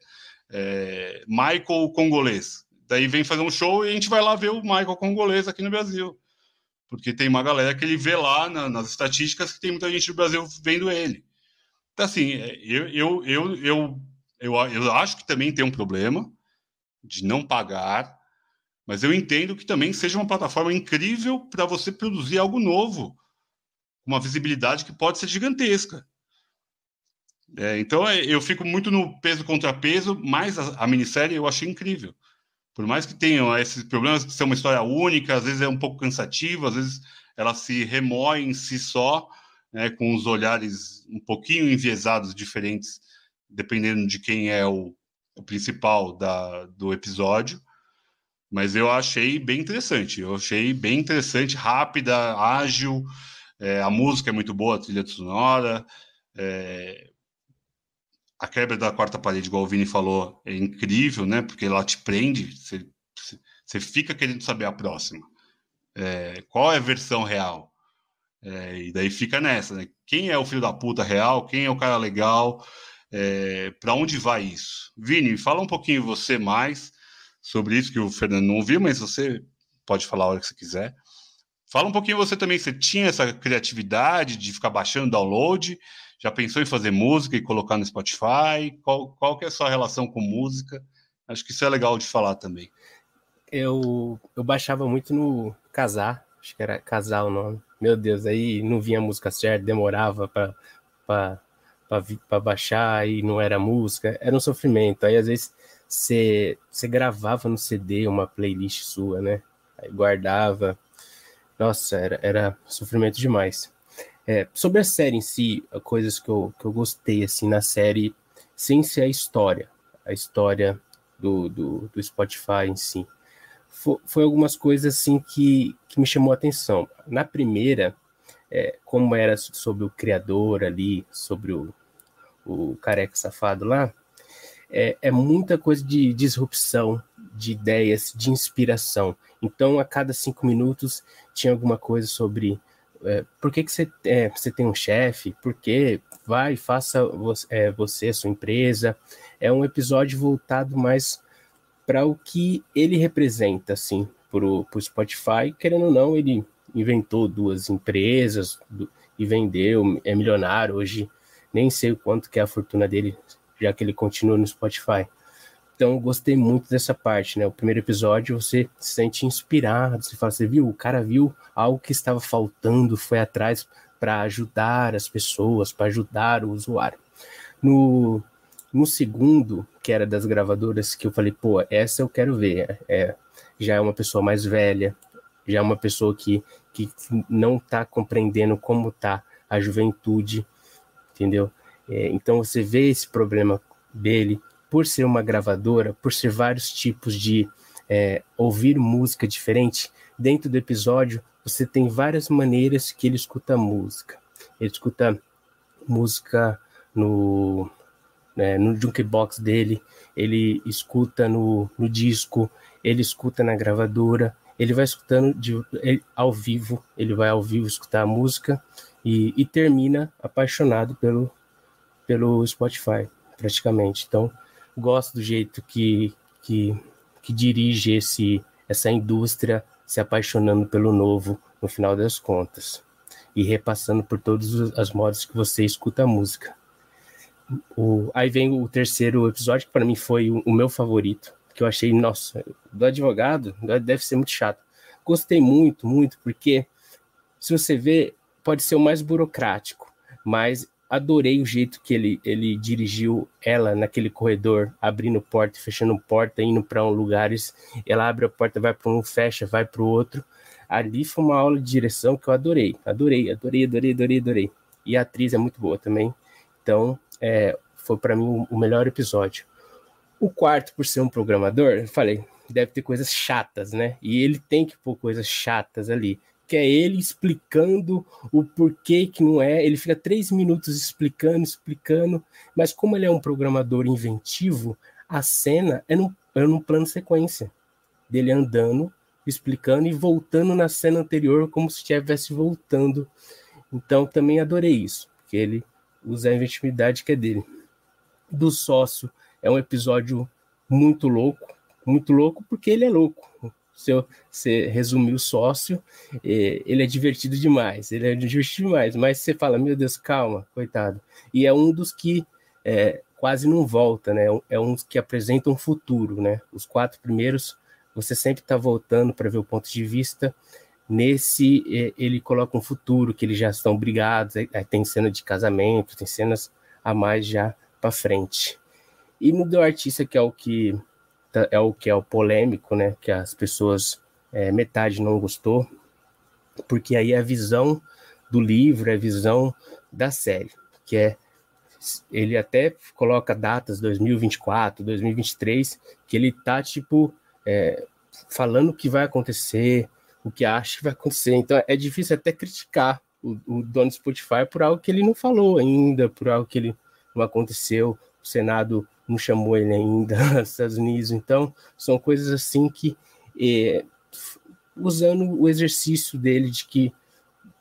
Michael congolês. Daí vem fazer um show e a gente vai lá ver o Michael congolês aqui no Brasil. Porque tem uma galera que ele vê lá nas estatísticas que tem muita gente do Brasil vendo ele. Então, assim, eu acho que também tem um problema de não pagar, mas eu entendo que também seja uma plataforma incrível para você produzir algo novo, uma visibilidade que pode ser gigantesca. Então, eu fico muito no peso contra peso, mas a minissérie eu achei incrível. Por mais que tenham esses problemas de ser uma história única, às vezes é um pouco cansativo, às vezes ela se remoe em si só, né, com os olhares um pouquinho enviesados, diferentes, dependendo de quem é o principal do episódio. Mas eu achei bem interessante. Rápida, ágil, a música é muito boa, a trilha sonora, a quebra da quarta parede, igual o Vini falou, é incrível, né? Porque ela te prende, você fica querendo saber a próxima. Qual é a versão real? E daí fica nessa, né? Quem é o filho da puta real? Quem é o cara legal? Para onde vai isso? Vini, fala um pouquinho você mais sobre isso, que o Fernando não ouviu, mas você pode falar a hora que você quiser. Fala um pouquinho você também, você tinha essa criatividade de ficar baixando download? Já pensou em fazer música e colocar no Spotify? Qual que é a sua relação com música? Acho que isso é legal de falar também. Eu baixava muito no Kazaa, acho que era Kazaa o nome. Meu Deus, aí não vinha a música certa, demorava para baixar e não era música, era um sofrimento. Aí às vezes você gravava no CD uma playlist sua, né? Aí guardava. Nossa, era sofrimento demais. Sobre a série em si, coisas que eu gostei assim na série, sem ser a história do Spotify em si. Foi algumas coisas assim que me chamou a atenção. Na primeira, como era sobre o criador ali, sobre o careca safado lá, é muita coisa de disrupção, de ideias, de inspiração. Então, a cada 5 minutos tinha alguma coisa sobre por que você tem um chefe, por que vai, faça você, sua empresa. É um episódio voltado mais para o que ele representa, assim, para o Spotify. Querendo ou não, ele inventou 2 empresas e vendeu, é milionário hoje. Nem sei o quanto que é a fortuna dele, já que ele continua no Spotify. Então, eu gostei muito dessa parte, né? O primeiro episódio, você se sente inspirado, você fala, você viu, o cara viu algo que estava faltando, foi atrás para ajudar as pessoas, para ajudar o usuário. No segundo, que era das gravadoras, que eu falei, pô, essa eu quero ver. Já é uma pessoa mais velha, já é uma pessoa que não está compreendendo como está a juventude, entendeu? Então você vê esse problema dele, por ser uma gravadora, por ser vários tipos de ouvir música diferente. Dentro do episódio, você tem várias maneiras que ele escuta música. Ele escuta música no jukebox dele, ele escuta no disco, ele escuta na gravadora, ele vai escutando ao vivo, ele vai ao vivo escutar a música e termina apaixonado pelo Spotify, praticamente. Então, gosto do jeito que dirige essa indústria, se apaixonando pelo novo no final das contas e repassando por todos os modos que você escuta a música. Aí vem o terceiro episódio, que para mim foi o meu favorito, que eu achei, nossa, do advogado deve ser muito chato. Gostei muito, muito, porque se você vê, pode ser o mais burocrático, mas adorei o jeito que ele dirigiu ela naquele corredor, abrindo porta, fechando porta, indo para lugares, ela abre a porta, vai para um, fecha, vai para o outro. Ali foi uma aula de direção que eu adorei. E a atriz é muito boa também. Então, foi para mim o melhor episódio. O quarto, por ser um programador, eu falei, deve ter coisas chatas, né? E ele tem que pôr coisas chatas ali. Que é ele explicando o porquê que não é. Ele fica 3 minutos explicando. Mas como ele é um programador inventivo, a cena é num plano sequência. Dele andando, explicando e voltando na cena anterior como se estivesse voltando. Então, também adorei isso. Porque ele usa a inventividade que é dele. Do sócio, é um episódio muito louco porque ele é louco. Se você resumir o sócio, ele é divertido demais, mas você fala, meu Deus, calma, coitado. E é um dos que quase não volta, né? É um dos que apresenta um futuro, né? Os 4 primeiros, você sempre está voltando para ver o ponto de vista. Nesse, ele coloca um futuro, que eles já estão brigados, tem cena de casamento, tem cenas a mais já para frente. E no do artista, que é o que é o polêmico, né? Que as pessoas, metade não gostou, porque aí é a visão do livro, é a visão da série, que ele até coloca datas 2024, 2023, que ele tá tipo falando o que vai acontecer, o que acha que vai acontecer. Então é difícil até criticar o dono do Spotify por algo que ele não falou ainda, por algo que ele não aconteceu. O Senado não chamou ele ainda nos Estados Unidos. Então, são coisas assim que, usando o exercício dele de que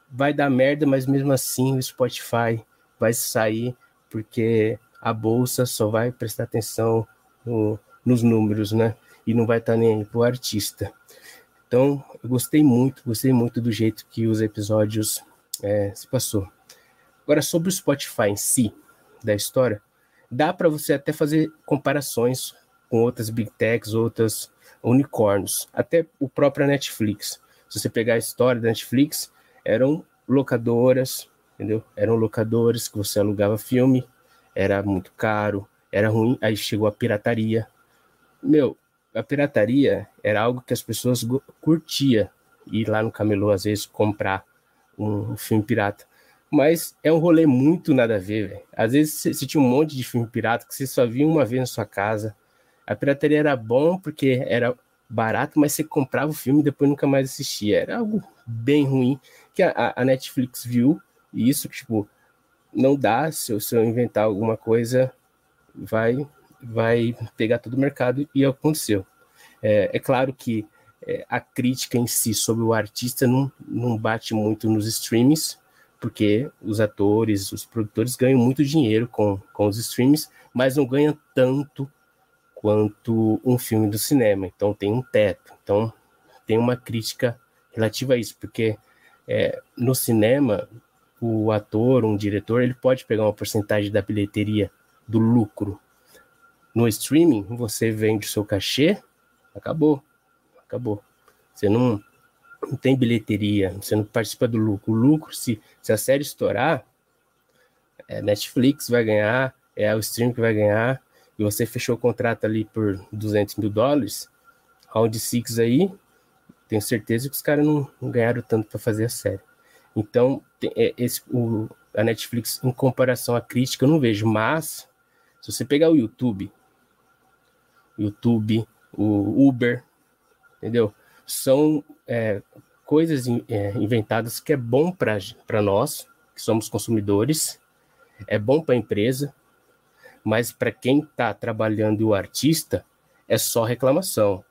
vai dar merda, mas mesmo assim o Spotify vai sair, porque a bolsa só vai prestar atenção nos números, né? E não vai estar nem aí pro artista. Então, eu gostei muito do jeito que os episódios se passou. Agora, sobre o Spotify em si, da história, dá para você até fazer comparações com outras Big Techs, outras unicórnios, até o próprio Netflix. Se você pegar a história da Netflix, eram locadoras, entendeu? Eram locadoras que você alugava filme, era muito caro, era ruim, aí chegou a pirataria. A pirataria era algo que as pessoas curtiam, ir lá no camelô, às vezes, comprar um filme pirata. Mas é um rolê muito nada a ver, velho. Às vezes você tinha um monte de filme pirata que você só via uma vez na sua casa. A pirataria era bom porque era barato, mas você comprava o filme e depois nunca mais assistia. Era algo bem ruim que a Netflix viu, e isso, tipo, não dá, se eu inventar alguma coisa, vai pegar todo o mercado, e aconteceu. É claro que a crítica em si sobre o artista não bate muito nos streamings, porque os atores, os produtores ganham muito dinheiro com os streamings, mas não ganham tanto quanto um filme do cinema. Então tem um teto. Então tem uma crítica relativa a isso, porque no cinema, o ator, um diretor, ele pode pegar uma porcentagem da bilheteria, do lucro. No streaming, você vende o seu cachê, acabou. Você não tem bilheteria, você não participa do lucro. O lucro, se a série estourar, Netflix vai ganhar, o stream que vai ganhar, e você fechou o contrato ali por $200 mil, Round 6 aí, tenho certeza que os caras não ganharam tanto para fazer a série. Então, a Netflix, em comparação à crítica, eu não vejo, mas se você pegar o YouTube, o Uber, entendeu? São coisas inventadas que é bom para nós, que somos consumidores, é bom para a empresa, mas para quem está trabalhando e o artista, é só reclamação.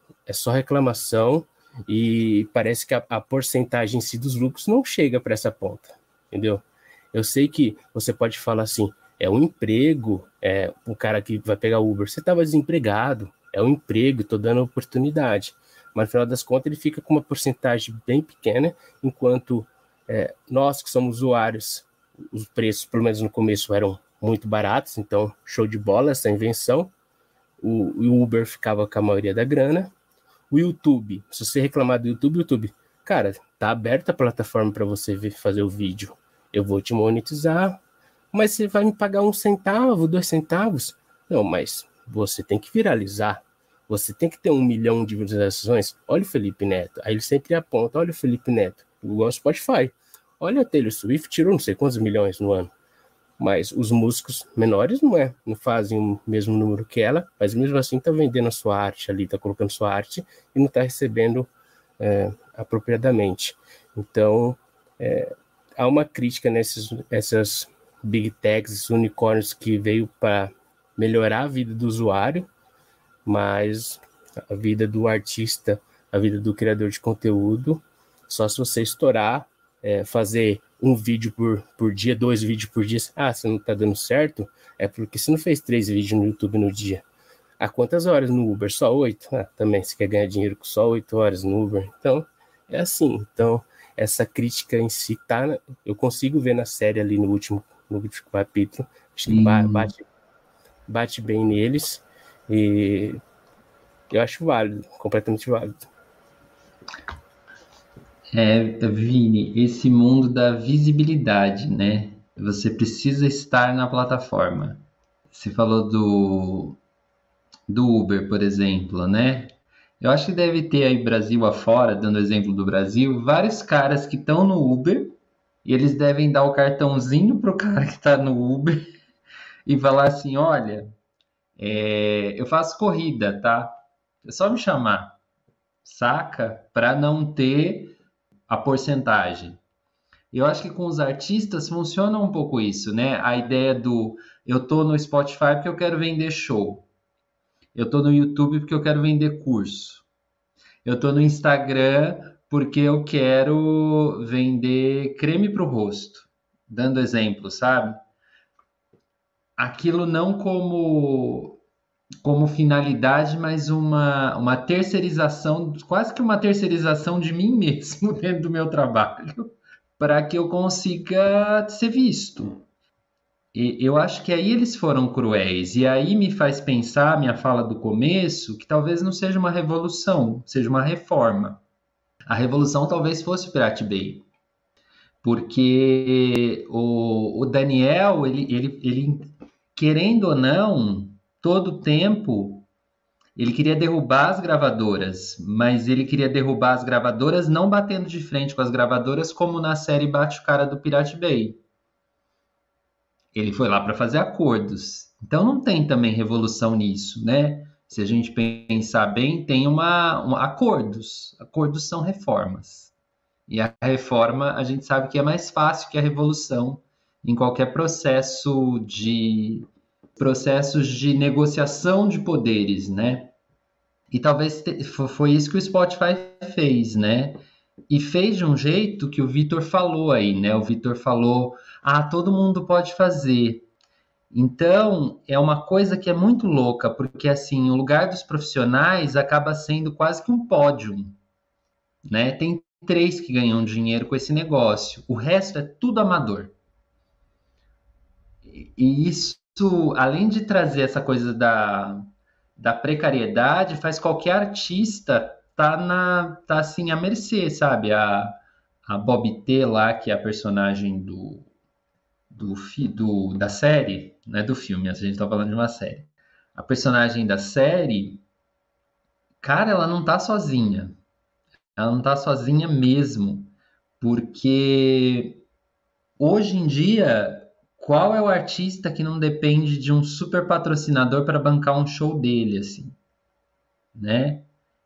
E parece que a porcentagem em si dos lucros não chega para essa ponta, entendeu? Eu sei que você pode falar assim, é um emprego, um cara que vai pegar Uber, você estava desempregado, é um emprego, estou dando oportunidade. Mas no final das contas ele fica com uma porcentagem bem pequena, enquanto nós que somos usuários, os preços, pelo menos no começo, eram muito baratos, então show de bola essa invenção. O Uber ficava com a maioria da grana. O YouTube, se você reclamar do YouTube, cara, tá aberta a plataforma para você fazer o vídeo. Eu vou te monetizar, mas você vai me pagar 1 centavo, 2 centavos? Não, mas você tem que viralizar. Você tem que ter 1 milhão de visualizações. Olha o Felipe Neto. Aí ele sempre aponta, olha o Felipe Neto. Igual o Spotify. Olha a Taylor Swift, tirou não sei quantos milhões no ano. Mas os músicos menores não fazem o mesmo número que ela, mas mesmo assim tá vendendo a sua arte ali, tá colocando sua arte e não tá recebendo apropriadamente. Então, há uma crítica essas big techs, esses unicórnios que veio para melhorar a vida do usuário, mas a vida do artista, a vida do criador de conteúdo, só se você estourar, fazer um vídeo por dia, 2 vídeos por dia. Você não tá dando certo? É porque você não fez 3 vídeos no YouTube no dia. Quantas horas no Uber? Só 8? Também, você quer ganhar dinheiro com só 8 horas no Uber? Então, é assim. Então, essa crítica em si eu consigo ver na série ali no último capítulo. Acho que bate bem neles. E eu acho válido, completamente válido. Vini, esse mundo da visibilidade, né? Você precisa estar na plataforma. Você falou do Uber, por exemplo, né? Eu acho que deve ter aí Brasil afora, dando exemplo do Brasil, vários caras que estão no Uber e eles devem dar o cartãozinho pro cara que está no Uber e falar assim, olha, eu faço corrida, tá? É só me chamar, saca? Para não ter a porcentagem. Eu acho que com os artistas funciona um pouco isso, né? A ideia do eu tô no Spotify porque eu quero vender show. Eu tô no YouTube porque eu quero vender curso. Eu tô no Instagram porque eu quero vender creme para o rosto, dando exemplo, sabe? Aquilo não como finalidade, mas uma terceirização, quase que uma terceirização de mim mesmo dentro do meu trabalho, para que eu consiga ser visto. E eu acho que aí eles foram cruéis, e aí me faz pensar, minha fala do começo, que talvez não seja uma revolução, seja uma reforma. A revolução talvez fosse o Pirate Bay, porque o Daniel, ele, querendo ou não, todo o tempo, ele queria derrubar as gravadoras, mas ele queria derrubar as gravadoras não batendo de frente com as gravadoras, como na série Bate o Cara do Pirate Bay. Ele foi lá para fazer acordos. Então não tem também revolução nisso, né? Se a gente pensar bem, tem acordos. Acordos são reformas. E a reforma a gente sabe que é mais fácil que a revolução em qualquer processos de negociação de poderes, né? E talvez foi isso que o Spotify fez, né? E fez de um jeito que o Vitor falou aí, né? O Vitor falou, todo mundo pode fazer. Então, é uma coisa que é muito louca, porque assim, o lugar dos profissionais acaba sendo quase que um pódio, né? Tem 3 que ganham dinheiro com esse negócio. O resto é tudo amador. E isso, além de trazer essa coisa da precariedade, faz qualquer artista tá assim à mercê, sabe? A Bob T lá, que é a personagem da série, não é do filme, a gente tá falando de uma série. A personagem da série, cara, ela não tá sozinha. Ela não tá sozinha mesmo, porque hoje em dia, qual é o artista que não depende de um super patrocinador para bancar um show dele, assim, né?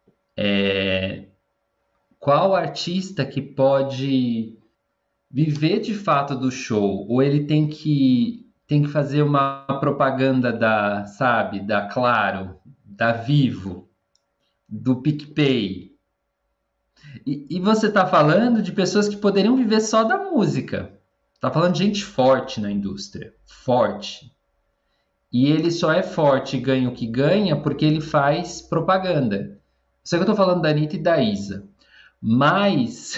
Qual artista que pode viver de fato do show? Ou ele tem que fazer uma propaganda da Claro, da Vivo, do PicPay? E você está falando de pessoas que poderiam viver só da música. Tá falando de gente forte na indústria. Forte. E ele só é forte e ganha o que ganha porque ele faz propaganda. Só que eu tô falando da Anitta e da Isa. Mas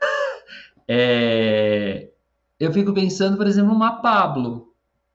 eu fico pensando, por exemplo, numa Pablo,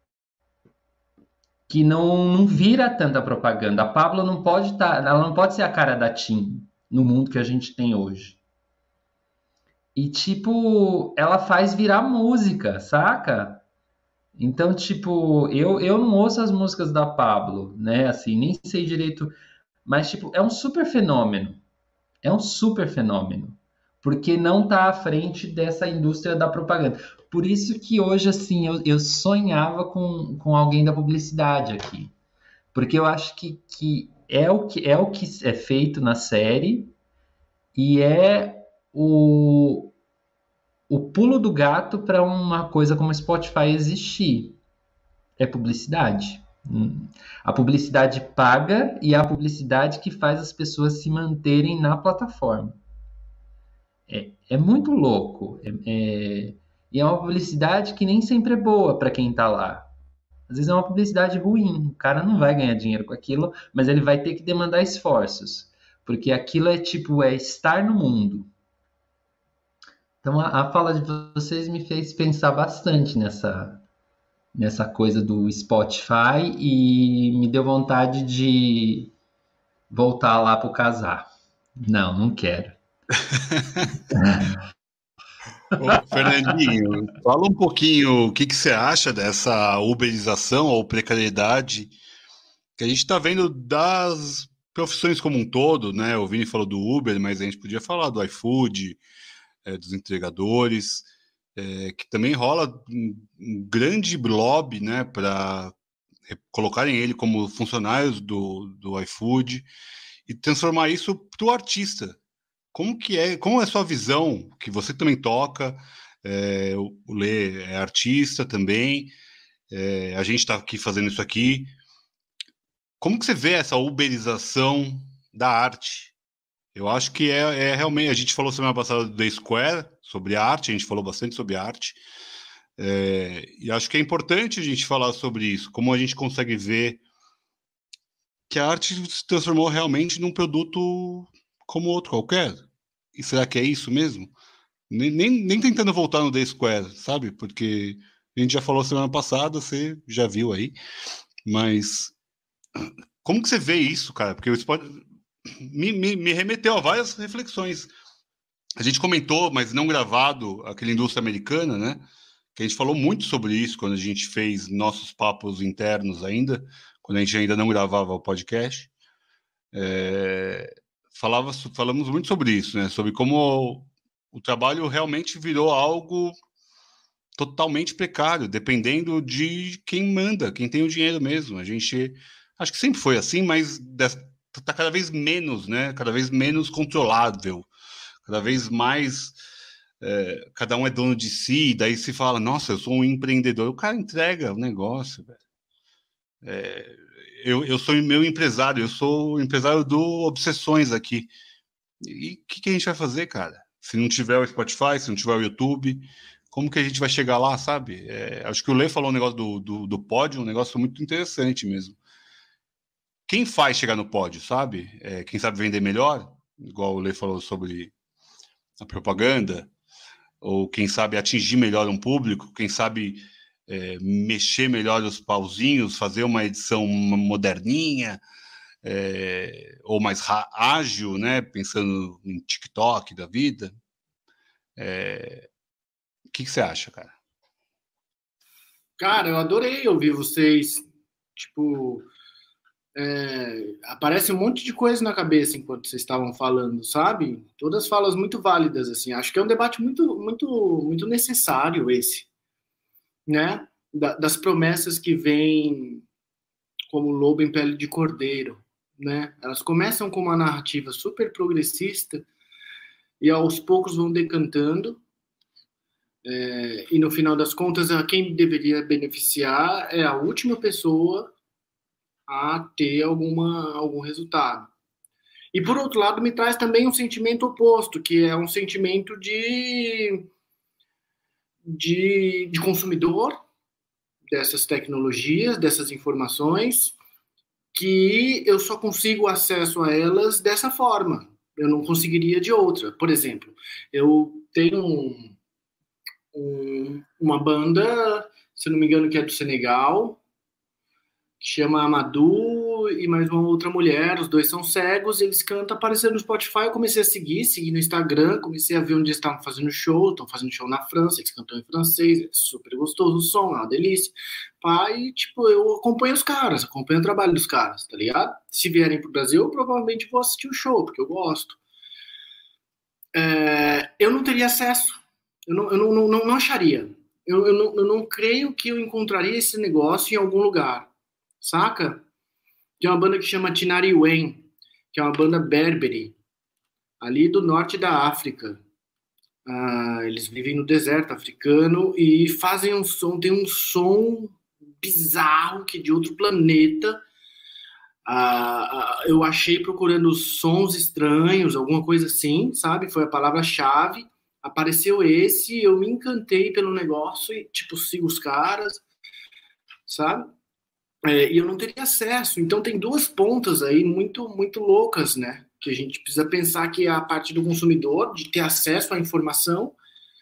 que não vira tanta propaganda. A Pablo ela não pode ser a cara da Tim no mundo que a gente tem hoje. E, tipo, ela faz virar música, saca? Então, tipo, eu não ouço as músicas da Pablo, né? Assim, nem sei direito. Mas, tipo, é um super fenômeno. É um super fenômeno. Porque não tá à frente dessa indústria da propaganda. Por isso que hoje, assim, eu sonhava com alguém da publicidade aqui. Porque eu acho que é o que é feito na série e é o pulo do gato para uma coisa como o Spotify existir. É publicidade. A publicidade paga e é a publicidade que faz as pessoas se manterem na plataforma. É muito louco. E é uma publicidade que nem sempre é boa para quem está lá. Às vezes é uma publicidade ruim. O cara não vai ganhar dinheiro com aquilo, mas ele vai ter que demandar esforços. Porque aquilo é estar no mundo. Então a fala de vocês me fez pensar bastante nessa coisa do Spotify e me deu vontade de voltar lá pro casar. Não quero. Ô, Fernandinho, fala um pouquinho o que você acha dessa uberização ou precariedade que a gente está vendo das profissões como um todo, né? O Vini falou do Uber, mas a gente podia falar do iFood, dos entregadores, que também rola um grande lobby, né, para colocarem ele como funcionários do iFood e transformar isso para o artista. Como é a sua visão, que você também toca, o Lê é artista também, a gente está aqui fazendo isso aqui. Como que você vê essa uberização da arte? Eu acho que é realmente... A gente falou semana passada do The Square, sobre arte, a gente falou bastante sobre arte. E acho que é importante a gente falar sobre isso, como a gente consegue ver que a arte se transformou realmente num produto como outro qualquer. E será que é isso mesmo? Nem tentando voltar no The Square, sabe? Porque a gente já falou semana passada, você já viu aí. Mas como que você vê isso, cara? Porque isso pode... me remeteu a várias reflexões. A gente comentou, mas não gravado, aquela indústria americana, né? Que a gente falou muito sobre isso quando a gente fez nossos papos internos ainda, quando a gente ainda não gravava o podcast. Falamos muito sobre isso, né? Sobre como o trabalho realmente virou algo totalmente precário, dependendo de quem manda, quem tem o dinheiro mesmo. A gente, acho que sempre foi assim, mas está cada vez menos, né? Cada vez menos controlável, cada vez mais... cada um é dono de si, daí se fala, nossa, eu sou um empreendedor. O cara entrega o negócio, velho. Eu sou meu empresário, eu sou o empresário do Obsessões aqui. E o que a gente vai fazer, cara? Se não tiver o Spotify, se não tiver o YouTube, como que a gente vai chegar lá, sabe? Acho que o Lê falou um negócio do pódio, um negócio muito interessante mesmo. Quem faz chegar no pódio, sabe? Quem sabe vender melhor, igual o Lê falou sobre a propaganda, ou quem sabe atingir melhor um público, quem sabe mexer melhor os pauzinhos, fazer uma edição moderninha, ou mais ágil, né? Pensando em TikTok da vida. O que você acha, cara? Cara, eu adorei ouvir vocês. Tipo, aparece um monte de coisa na cabeça enquanto vocês estavam falando, sabe? Todas falas muito válidas, assim. Acho que é um debate muito, muito, muito necessário esse, né? Das promessas que vêm como lobo em pele de cordeiro, né? Elas começam com uma narrativa super progressista e aos poucos vão decantando. E no final das contas, quem deveria beneficiar é a última pessoa a ter algum resultado. E, por outro lado, me traz também um sentimento oposto, que é um sentimento de consumidor dessas tecnologias, dessas informações, que eu só consigo acesso a elas dessa forma. Eu não conseguiria de outra. Por exemplo, eu tenho uma banda, se não me engano, que é do Senegal, que chama Amadou e mais uma outra mulher, os dois são cegos, eles cantam, apareceram no Spotify, eu comecei a seguir no Instagram, comecei a ver onde eles estavam fazendo show, estão fazendo show na França, eles cantam em francês, é super gostoso o som, é uma delícia. E, tipo, eu acompanho os caras, acompanho o trabalho dos caras, tá ligado? Se vierem pro Brasil, eu provavelmente vou assistir o show, porque eu gosto. Eu não teria acesso, eu não acharia. Eu não creio que eu encontraria esse negócio em algum lugar, saca? Tem uma banda que chama Tinari Wen, que é uma banda berbere, ali do norte da África. Eles vivem no deserto africano e fazem um som, tem um som bizarro que de outro planeta. Eu achei procurando sons estranhos, alguma coisa assim, sabe? Foi a palavra-chave. Apareceu esse, eu me encantei pelo negócio e, tipo, sigo os caras, sabe? E eu não teria acesso. Então, tem duas pontas aí muito, muito loucas, né? Que a gente precisa pensar que é a parte do consumidor, de ter acesso à informação,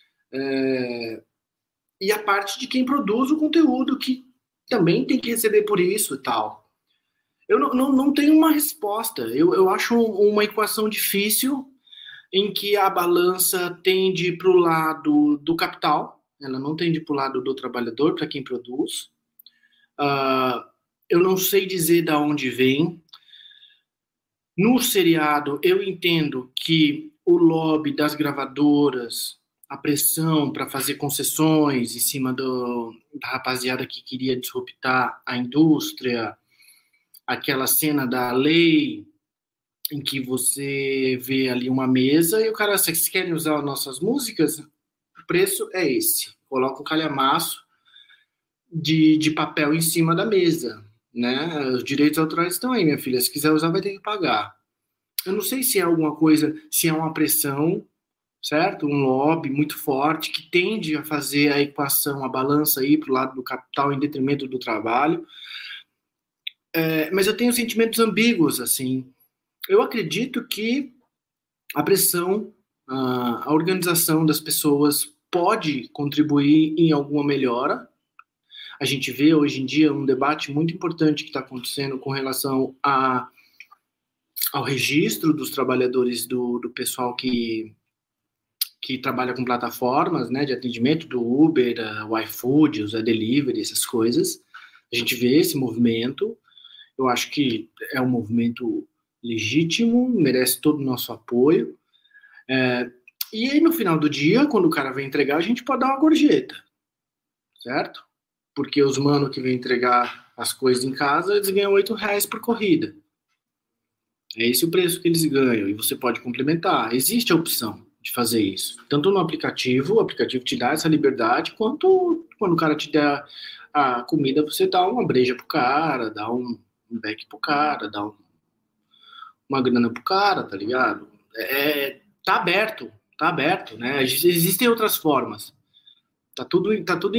e a parte de quem produz o conteúdo, que também tem que receber por isso e tal. Eu não tenho uma resposta. Eu acho uma equação difícil em que a balança tende para o lado do capital, ela não tende para o lado do trabalhador, para quem produz. Eu não sei dizer de onde vem. No seriado, eu entendo que o lobby das gravadoras, a pressão para fazer concessões em cima da rapaziada que queria disruptar a indústria, aquela cena da lei em que você vê ali uma mesa e o cara, vocês querem usar as nossas músicas? O preço é esse. Coloca um calhamaço de papel em cima da mesa, né? Os direitos autorais estão aí, minha filha. Se quiser usar, vai ter que pagar. eu não sei se é alguma coisa, se é uma pressão, certo? Um lobby muito forte que tende a fazer a equação, a balança aí para o lado do capital em detrimento do trabalho. Mas eu tenho sentimentos ambíguos, assim. Eu acredito que a pressão, a organização das pessoas pode contribuir em alguma melhora. A gente vê hoje em dia um debate muito importante que está acontecendo com relação ao registro dos trabalhadores do pessoal que trabalha com plataformas, né, de atendimento, do Uber, o iFood, os Delivery, essas coisas. A gente vê esse movimento. Eu acho que é um movimento legítimo, merece todo o nosso apoio. E aí, no final do dia, quando o cara vem entregar, a gente pode dar uma gorjeta, certo? Porque os manos que vêm entregar as coisas em casa, eles ganham R$8 por corrida. É esse o preço que eles ganham, e você pode complementar. Existe a opção de fazer isso. Tanto no aplicativo, o aplicativo te dá essa liberdade, quanto quando o cara te der a comida, você dá uma breja pro cara, dá um back pro cara, dá uma grana pro cara, tá ligado? Tá aberto, né? Existem outras formas. Tá tudo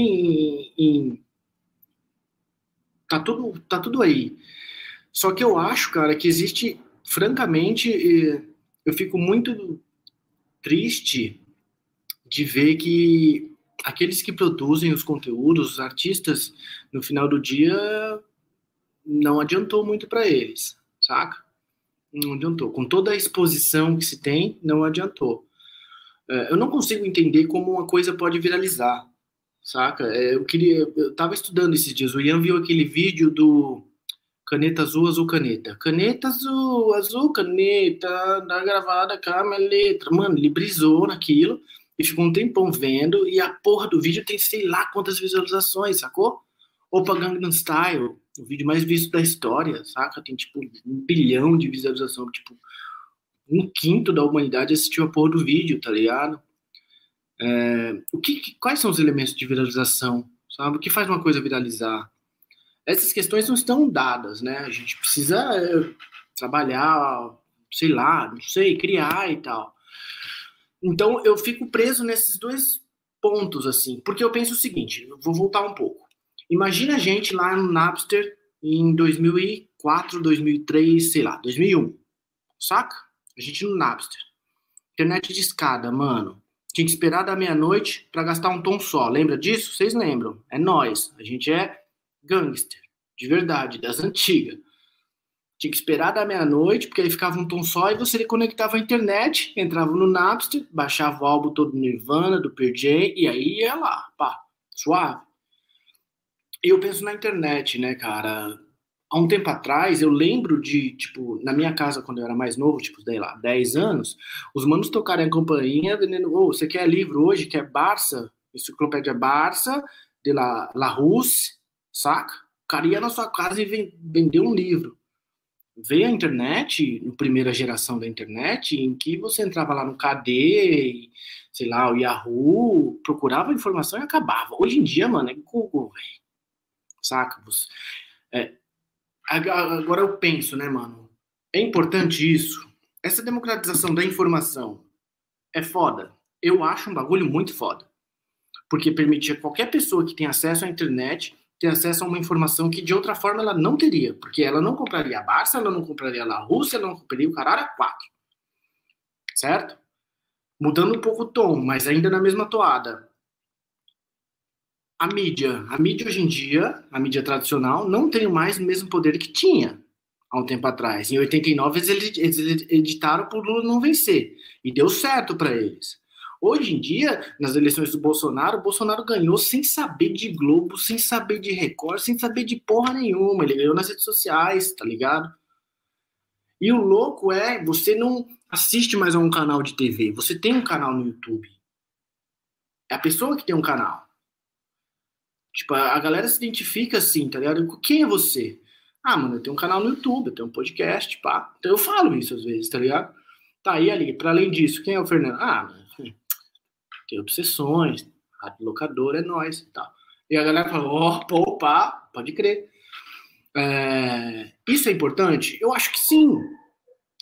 aí. Só que eu acho, cara, que existe, francamente, eu fico muito triste de ver que aqueles que produzem os conteúdos, os artistas, no final do dia, não adiantou muito para eles, saca? Não adiantou. Com toda a exposição que se tem, não adiantou. Eu não consigo entender como uma coisa pode viralizar, saca? Eu tava estudando esses dias, o Ian viu aquele vídeo do caneta azul, azul caneta. Caneta azul, azul caneta, da gravada com a minha letra. Mano, ele brisou naquilo e ficou um tempão vendo, e a porra do vídeo tem sei lá quantas visualizações, sacou? Opa Gangnam Style, o vídeo mais visto da história, saca? Tem tipo 1 bilhão de visualização, tipo 1/5 da humanidade assistiu a porra do vídeo, tá ligado? Quais são os elementos de viralização, sabe? O que faz uma coisa viralizar? Essas questões não estão dadas, né? A gente precisa trabalhar, sei lá, não sei, criar e tal. Então, eu fico preso nesses dois pontos, assim, porque eu penso o seguinte, vou voltar um pouco. Imagina a gente lá no Napster em 2004, 2003, sei lá, 2001, saca? A gente no Napster. Internet de escada, mano. Tinha que esperar da meia-noite pra gastar um tom só. Lembra disso? Vocês lembram? É nós. A gente é gangster, de verdade, das antigas. Tinha que esperar da meia-noite, porque aí ficava um tom só e você conectava a internet, entrava no Napster, baixava o álbum todo do Nirvana, do Pearl Jam, e aí ia lá, pá, suave. E eu penso na internet, né, cara? Há um tempo atrás, eu lembro de, tipo, na minha casa, quando eu era mais novo, tipo, sei lá, 10 anos, os manos tocarem a campainha, vendendo, você quer livro hoje? Quer Barça? Enciclopédia Barça, de La Rousse, saca? O cara ia na sua casa e vendeu um livro. Veio a internet, na primeira geração da internet, em que você entrava lá no KD, sei lá, o Yahoo, procurava informação e acabava. Hoje em dia, mano, é Google, velho. Saca? Agora eu penso, né, mano? É importante isso? Essa democratização da informação é foda. Eu acho um bagulho muito foda. Porque permitia qualquer pessoa que tem acesso à internet ter acesso a uma informação que de outra forma ela não teria, porque ela não compraria a Barça, ela não compraria a La Rússia, ela não compraria o caralho a 4. Certo? Mudando um pouco o tom, mas ainda na mesma toada. A mídia hoje em dia, a mídia tradicional, não tem mais o mesmo poder que tinha há um tempo atrás. Em 89 eles editaram por Lula não vencer, e deu certo para eles. Hoje em dia, nas eleições do Bolsonaro, o Bolsonaro ganhou sem saber de Globo, sem saber de Record, sem saber de porra nenhuma. Ele ganhou nas redes sociais, tá ligado? E o louco é, você não assiste mais a um canal de TV, você tem um canal no YouTube. É a pessoa que tem um canal. Tipo, a galera se identifica assim, tá ligado? Quem é você? Ah, mano, eu tenho um canal no YouTube, eu tenho um podcast, pá. Então eu falo isso às vezes, tá ligado? Tá, e ali, pra além disso, quem é o Fernando? Ah, mano, tem obsessões, rádio locador é nós e tal. E a galera fala, opa, pode crer. Isso é importante? Eu acho que sim.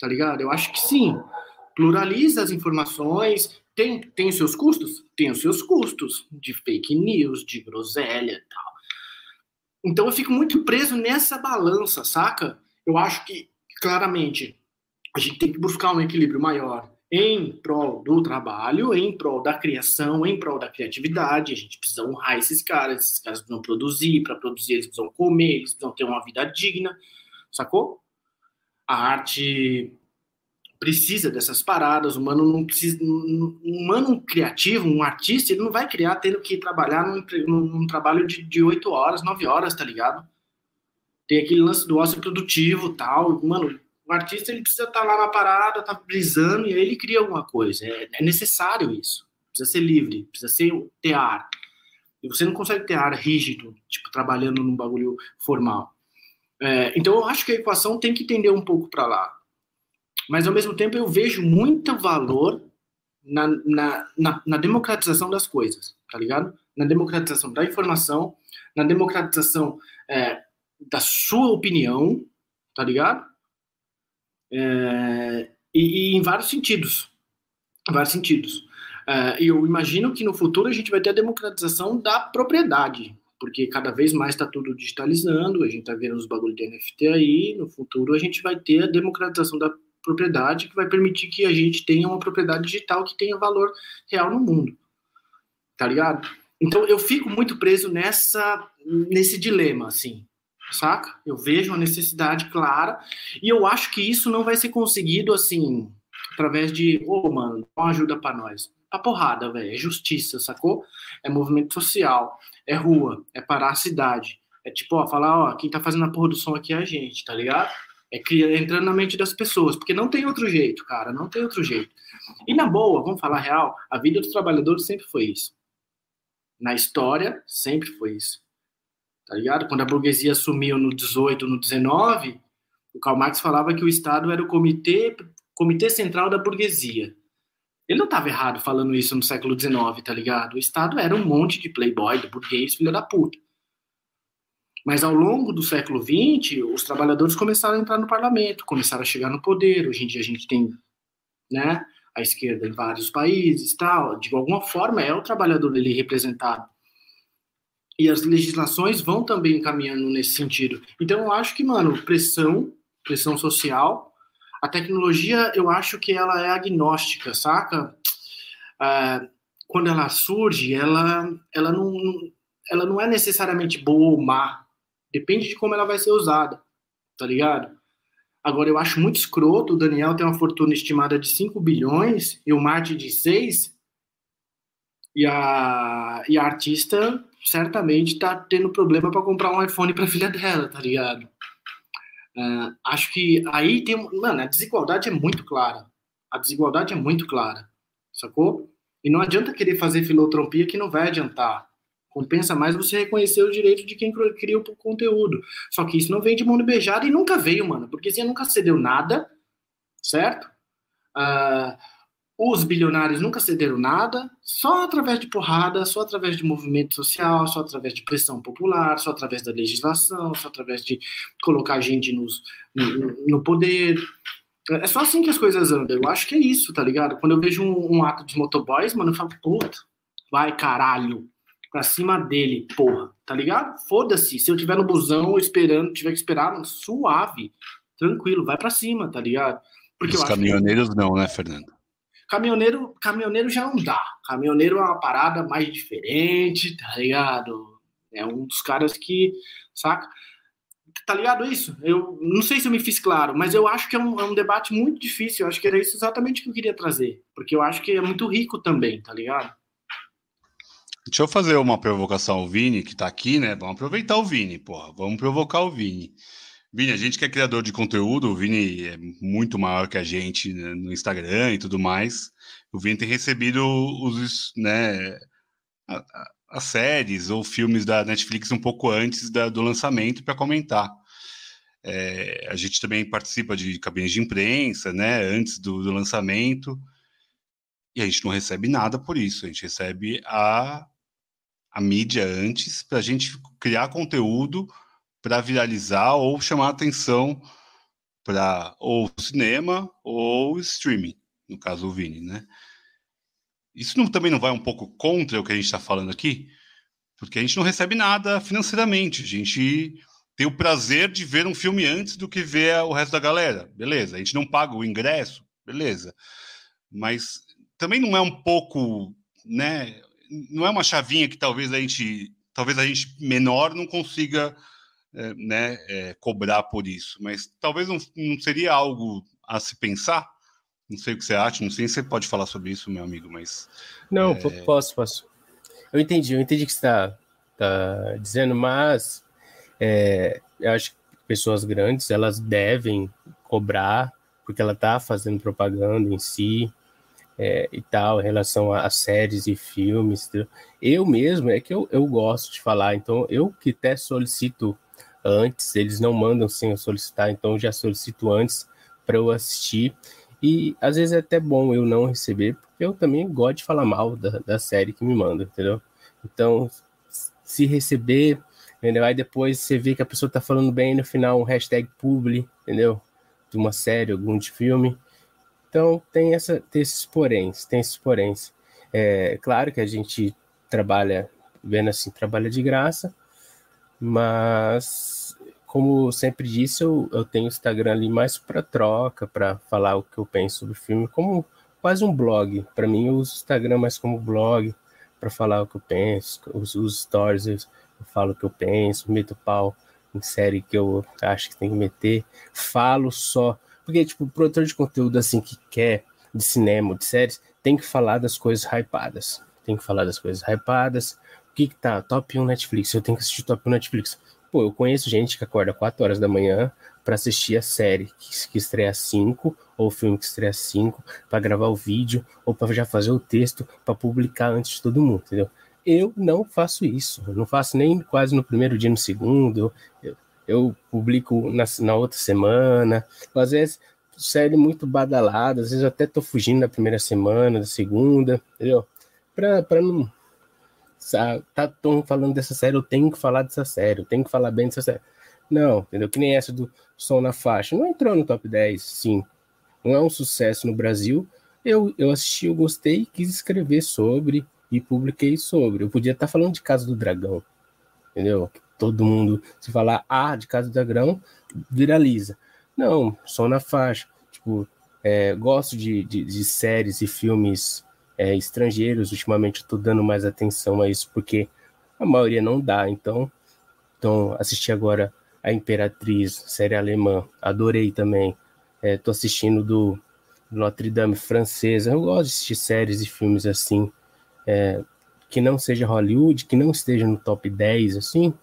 tá ligado? Eu acho que sim. Pluraliza as informações, tem os seus custos? Tem os seus custos de fake news, de groselha e tal. Então eu fico muito preso nessa balança, saca? Eu acho que, claramente, a gente tem que buscar um equilíbrio maior em prol do trabalho, em prol da criação, em prol da criatividade. A gente precisa honrar esses caras precisam produzir, para produzir eles precisam comer, eles precisam ter uma vida digna, sacou? A arte precisa dessas paradas, o humano não precisa, um humano criativo, um artista, ele não vai criar tendo que trabalhar num trabalho de 8 horas, 9 horas, tá ligado? Tem aquele lance do ócio produtivo, tal, mano, o artista ele precisa estar lá na parada, tá brisando, e aí ele cria alguma coisa, é necessário isso, precisa ser livre, precisa ter ar, e você não consegue ter ar rígido, tipo, trabalhando num bagulho formal. Então eu acho que a equação tem que tender um pouco para lá. Mas, ao mesmo tempo, eu vejo muito valor na democratização das coisas, tá ligado? Na democratização da informação, na democratização da sua opinião, tá ligado? E em vários sentidos. Vários sentidos. E eu imagino que no futuro a gente vai ter a democratização da propriedade, porque cada vez mais está tudo digitalizando, a gente está vendo os bagulhos de NFT aí, no futuro a gente vai ter a democratização da propriedade que vai permitir que a gente tenha uma propriedade digital que tenha valor real no mundo, tá ligado? Então eu fico muito preso nesse dilema, assim, saca? Eu vejo uma necessidade clara e eu acho que isso não vai ser conseguido, assim, através de, mano, dá uma ajuda pra nós. Pra porrada, velho, é justiça, sacou? É movimento social, é rua, é parar a cidade, é tipo, falar, quem tá fazendo a porra do som aqui é a gente, tá ligado? Entrando na mente das pessoas, porque não tem outro jeito, cara, não tem outro jeito. E na boa, vamos falar real, a vida dos trabalhadores sempre foi isso. Na história, sempre foi isso. Tá ligado? Quando a burguesia assumiu no 18, no 19, o Karl Marx falava que o Estado era o comitê central da burguesia. Ele não estava errado falando isso no século 19, tá ligado? O Estado era um monte de playboy, de burguês, filho da puta. Mas ao longo do século XX, os trabalhadores começaram a entrar no parlamento, começaram a chegar no poder. Hoje em dia a gente tem, né, a esquerda em vários países, tal. De alguma forma é o trabalhador ali representado. E as legislações vão também caminhando nesse sentido. Então eu acho que, mano, pressão social. A tecnologia, eu acho que ela é agnóstica, saca? Quando ela surge, ela não é necessariamente boa ou má. Depende de como ela vai ser usada, tá ligado? Agora, eu acho muito escroto, o Daniel tem uma fortuna estimada de 5 bilhões e o Marte de 6, e a artista certamente tá tendo problema para comprar um iPhone pra filha dela, tá ligado? Acho que aí tem... Mano, a desigualdade é muito clara. A desigualdade é muito clara, sacou? E não adianta querer fazer filantropia que não vai adiantar. Compensa mais você reconhecer o direito de quem cria o conteúdo. Só que isso não vem de mão beijada e nunca veio, mano. Porque você nunca cedeu nada, certo? Os bilionários nunca cederam nada, só através de porrada, só através de movimento social, só através de pressão popular, só através da legislação, só através de colocar gente no poder. É só assim que as coisas andam. Eu acho que é isso, tá ligado? Quando eu vejo um ato de motoboys, mano, eu falo, puta, vai, caralho. Pra cima dele, porra, tá ligado? Foda-se, se eu tiver no busão esperando, tiver que esperar, mano, suave, tranquilo, vai pra cima, tá ligado? Porque os caminhoneiros não, né, Fernando? Caminhoneiro já não dá. Caminhoneiro é uma parada mais diferente, tá ligado? É um dos caras que, saca? Tá ligado isso? Eu não sei se eu me fiz claro, mas eu acho que é um debate muito difícil. Eu acho que era isso exatamente que eu queria trazer, porque eu acho que é muito rico também, tá ligado? Deixa eu fazer uma provocação ao Vini, que tá aqui, né? Vamos aproveitar o Vini, porra. Vamos provocar o Vini. Vini, a gente que é criador de conteúdo, o Vini é muito maior que a gente, né, no Instagram e tudo mais. O Vini tem recebido as séries ou filmes da Netflix um pouco antes do lançamento para comentar. A gente também participa de cabines de imprensa, né? Antes do lançamento. E a gente não recebe nada por isso. A gente recebe a mídia antes para a gente criar conteúdo para viralizar ou chamar a atenção para ou cinema ou streaming, no caso o Vini, né? Isso também não vai um pouco contra o que a gente está falando aqui? Porque a gente não recebe nada financeiramente, a gente tem o prazer de ver um filme antes do que ver o resto da galera, beleza? A gente não paga o ingresso, beleza? Mas também não é um pouco, né? Não é uma chavinha que talvez a gente menor não consiga, cobrar por isso. Mas talvez não seria algo a se pensar. Não sei o que você acha, não sei se você pode falar sobre isso, meu amigo, mas... Não, posso. Eu entendi o que você está dizendo, mas eu acho que pessoas grandes, elas devem cobrar, porque ela está fazendo propaganda em si, e tal, em relação a séries e filmes. Entendeu? Eu mesmo, é que eu gosto de falar, então eu que até solicito antes, eles não mandam sem eu solicitar, então eu já solicito antes para eu assistir. E às vezes é até bom eu não receber, porque eu também gosto de falar mal da série que me manda, entendeu? Então, se receber, entendeu? Aí depois você vê que a pessoa tá falando bem, no final um hashtag publi, entendeu? De uma série, algum de filme. Então, tem esses poréns. Claro que a gente trabalha, vendo assim, trabalha de graça, mas... Como sempre disse, eu tenho o Instagram ali mais para troca, para falar o que eu penso sobre o filme, como quase um blog. Para mim, eu uso o Instagram mais como blog, para falar o que eu penso. Os stories, eu falo o que eu penso, meto pau em série que eu acho que tem que meter. Falo só. Porque, tipo, o produtor de conteúdo, assim, que quer de cinema, de séries, tem que falar das coisas hypadas. O que tá? Top 1 Netflix. Eu tenho que assistir Top 1 Netflix. Pô, eu conheço gente que acorda 4 horas da manhã para assistir a série que estreia às 5, ou o filme que estreia às 5, para gravar o vídeo, ou para já fazer o texto, para publicar antes de todo mundo, entendeu? Eu não faço isso. Eu não faço nem quase no primeiro dia, no segundo. Eu publico na outra semana. Às vezes, série muito badalada. Às vezes eu até tô fugindo da primeira semana, da segunda, entendeu? Para não... Estão falando dessa série, eu tenho que falar dessa série, eu tenho que falar bem dessa série. Não, entendeu? Que nem essa do Som na Faixa. Não entrou no top 10, sim. Não é um sucesso no Brasil. Eu assisti, eu gostei, quis escrever sobre e publiquei sobre. Eu podia estar falando de Casa do Dragão, entendeu? Todo mundo, se falar de Casa do Dragão, viraliza. Não, Som na Faixa. Tipo, gosto de séries e filmes estrangeiros. Ultimamente eu tô dando mais atenção a isso, porque a maioria não dá. Então assisti agora A Imperatriz, série alemã, adorei também. Tô assistindo do Notre Dame francesa. Eu gosto de assistir séries e filmes assim, que não seja Hollywood, que não esteja no top 10, assim,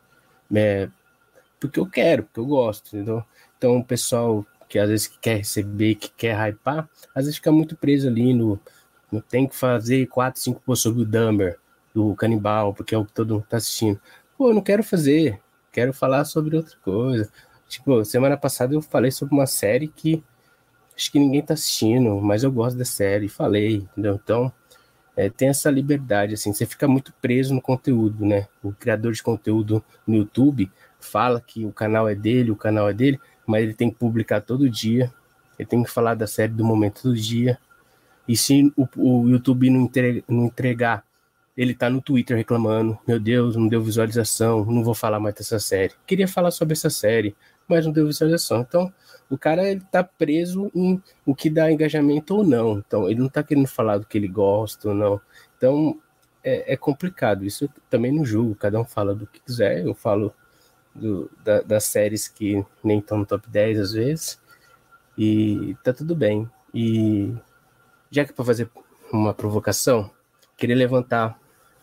porque eu quero, porque eu gosto, entendeu? Então o pessoal que às vezes quer receber, que quer hypar, às vezes fica muito preso ali no tem que fazer 4, 5 posts sobre o Dahmer, do canibal, porque é o que todo mundo tá assistindo. Pô, eu não quero fazer, quero falar sobre outra coisa. Tipo, semana passada eu falei sobre uma série que acho que ninguém tá assistindo, mas eu gosto da série, falei, entendeu? Então, tem essa liberdade, assim, você fica muito preso no conteúdo, né? O criador de conteúdo no YouTube fala que o canal é dele, mas ele tem que publicar todo dia, ele tem que falar da série do momento todo dia. E se o YouTube não entregar, ele tá no Twitter reclamando, meu Deus, não deu visualização, não vou falar mais dessa série. Queria falar sobre essa série, mas não deu visualização. Então, o cara ele tá preso em o que dá engajamento ou não. Então, ele não tá querendo falar do que ele gosta ou não. Então, é complicado. Isso eu também não julgo, cada um fala do que quiser. Eu falo das séries que nem estão no top 10 às vezes, e tá tudo bem. E já que para fazer uma provocação, queria levantar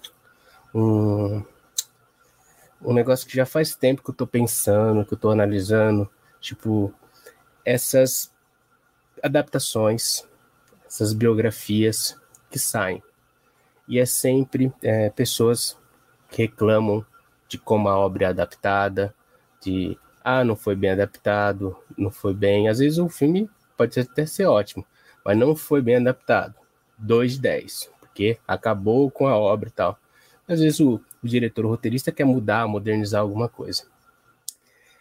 um negócio que já faz tempo que eu tô pensando, que eu tô analisando, tipo, essas adaptações, essas biografias que saem. E é sempre pessoas que reclamam de como a obra é adaptada, de, não foi bem adaptado, não foi bem... Às vezes o filme pode até ser ótimo, mas não foi bem adaptado. 2 de 10, porque acabou com a obra e tal. Às vezes o diretor, o roteirista quer mudar, modernizar alguma coisa.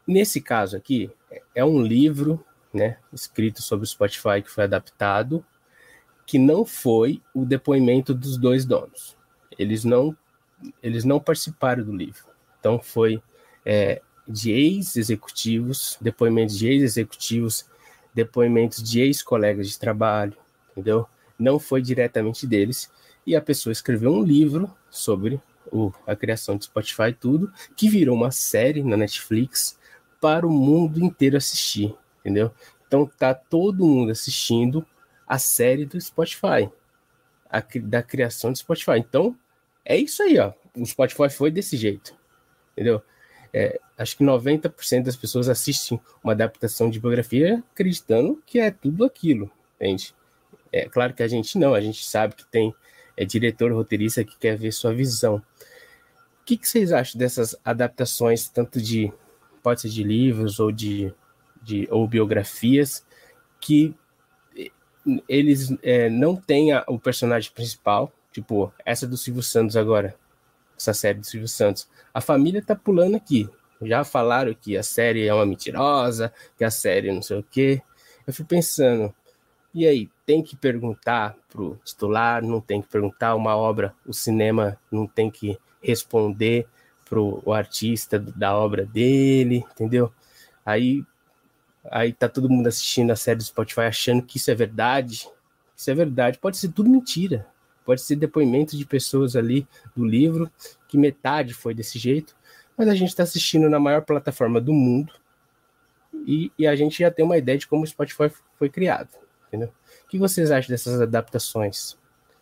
Nesse caso aqui, é um livro, né, escrito sobre o Spotify que foi adaptado, que não foi o depoimento dos dois donos. Eles não participaram do livro. Então foi de ex-executivos, depoimentos de ex-executivos, depoimentos de ex-colegas de trabalho, entendeu? Não foi diretamente deles. E a pessoa escreveu um livro sobre a criação de Spotify e tudo, que virou uma série na Netflix para o mundo inteiro assistir, entendeu? Então tá todo mundo assistindo a série do Spotify, da criação do Spotify. Então é isso aí, ó. O Spotify foi desse jeito, entendeu? Acho que 90% das pessoas assistem uma adaptação de biografia acreditando que é tudo aquilo, entende? É claro que a gente sabe que tem diretor, roteirista que quer ver sua visão. O que vocês acham dessas adaptações, tanto pode ser de livros ou biografias, que eles não têm o personagem principal, tipo essa do Silvio Santos agora, essa série do Silvio Santos. A família tá pulando aqui. Já falaram que a série é uma mentirosa, que a série não sei o quê. Eu fico pensando, e aí, tem que perguntar pro titular, não tem que perguntar uma obra, o cinema não tem que responder pro artista da obra dele, entendeu? Aí tá todo mundo assistindo a série do Spotify achando que isso é verdade. Isso é verdade, pode ser tudo mentira. Pode ser depoimento de pessoas ali do livro, que metade foi desse jeito, mas a gente está assistindo na maior plataforma do mundo e a gente já tem uma ideia de como o Spotify foi criado, entendeu? O que vocês acham dessas adaptações?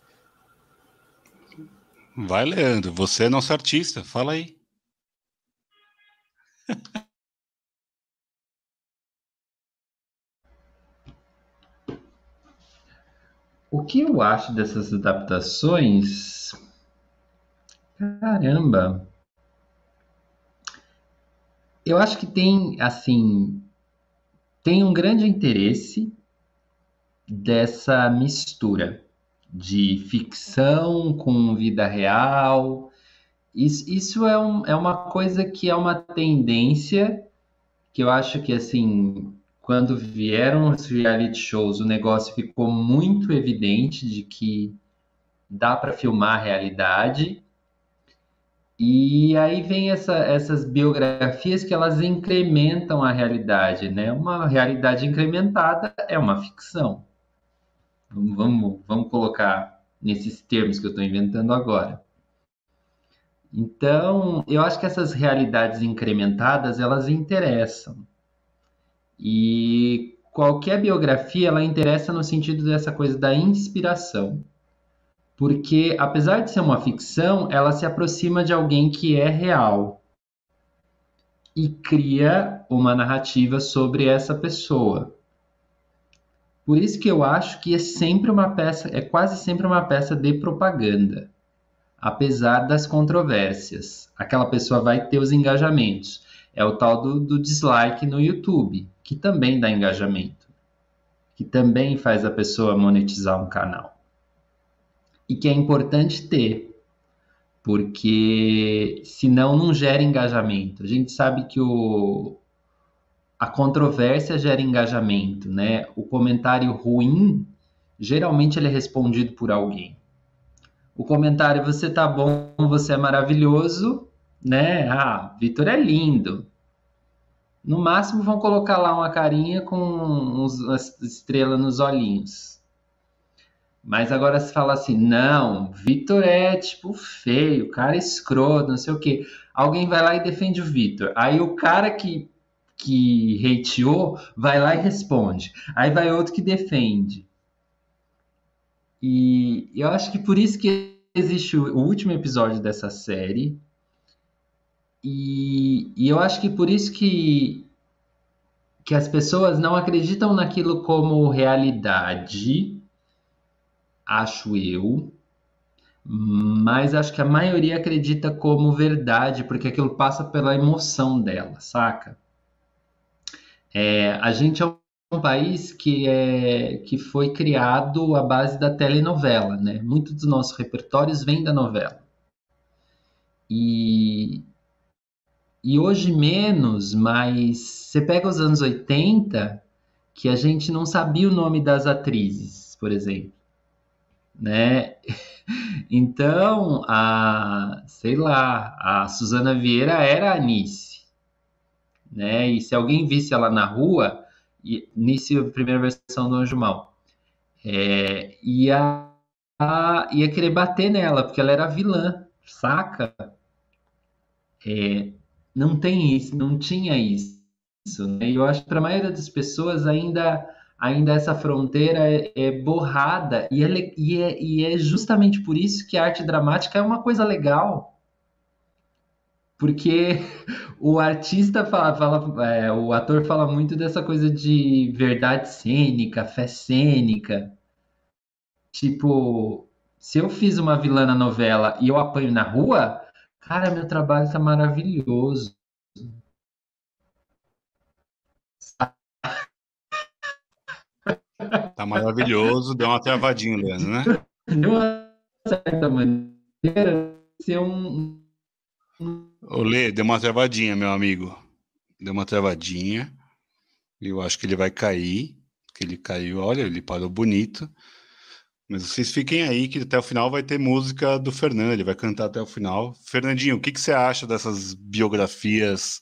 Vai, Leandro, você é nosso artista, fala aí. O que eu acho dessas adaptações? Caramba! Eu acho que tem um grande interesse dessa mistura de ficção com vida real. Isso é uma coisa que é uma tendência que eu acho que, assim, quando vieram os reality shows, o negócio ficou muito evidente de que dá para filmar a realidade. E aí vem essas biografias que elas incrementam a realidade, né? Uma realidade incrementada é uma ficção. Vamos colocar nesses termos que eu estou inventando agora. Então, eu acho que essas realidades incrementadas, elas interessam. E qualquer biografia, ela interessa no sentido dessa coisa da inspiração. Porque, apesar de ser uma ficção, ela se aproxima de alguém que é real e cria uma narrativa sobre essa pessoa. Por isso que eu acho que é quase sempre uma peça de propaganda, apesar das controvérsias. Aquela pessoa vai ter os engajamentos. É o tal do dislike no YouTube, que também dá engajamento, que também faz a pessoa monetizar um canal. E que é importante ter, porque senão não gera engajamento. A gente sabe que a controvérsia gera engajamento, né? O comentário ruim, geralmente ele é respondido por alguém. O comentário, você tá bom, você é maravilhoso, né? Ah, Vitor é lindo. No máximo vão colocar lá uma carinha com uma estrela nos olhinhos. Mas agora se fala assim, não, Vitor é tipo feio, cara escroto, não sei o quê. Alguém vai lá e defende o Vitor. Aí o cara que hateou vai lá e responde. Aí vai outro que defende. E eu acho que por isso que existe o último episódio dessa série. E eu acho que por isso que as pessoas não acreditam naquilo como realidade, acho eu, mas acho que a maioria acredita como verdade, porque aquilo passa pela emoção dela, saca? A gente é um país que foi criado à base da telenovela, né? Muitos dos nossos repertórios vêm da novela. E E hoje menos, mas você pega os anos 80, que a gente não sabia o nome das atrizes, por exemplo, né? Então, sei lá, a Suzana Vieira era a Anice, né? E se alguém visse ela na rua, Anice, a primeira versão do Anjo Mal, ia querer bater nela, porque ela era vilã, saca? Não tem isso, não tinha isso, né? E eu acho que para a maioria das pessoas ainda essa fronteira é borrada, e é justamente por isso que a arte dramática é uma coisa legal, porque o artista o ator fala muito dessa coisa de verdade cênica, fé cênica. Tipo, se eu fiz uma vilã na novela e eu apanho na rua, cara, meu trabalho tá maravilhoso. Tá maravilhoso, deu uma travadinha, Leandro, né? De uma certa maneira, ser Ô, Lê, deu uma travadinha, meu amigo. Deu uma travadinha. Eu acho que ele vai cair. Que ele caiu, olha, ele parou bonito. Mas vocês fiquem aí que até o final vai ter música do Fernando, ele vai cantar até o final. Fernandinho, o que você acha dessas biografias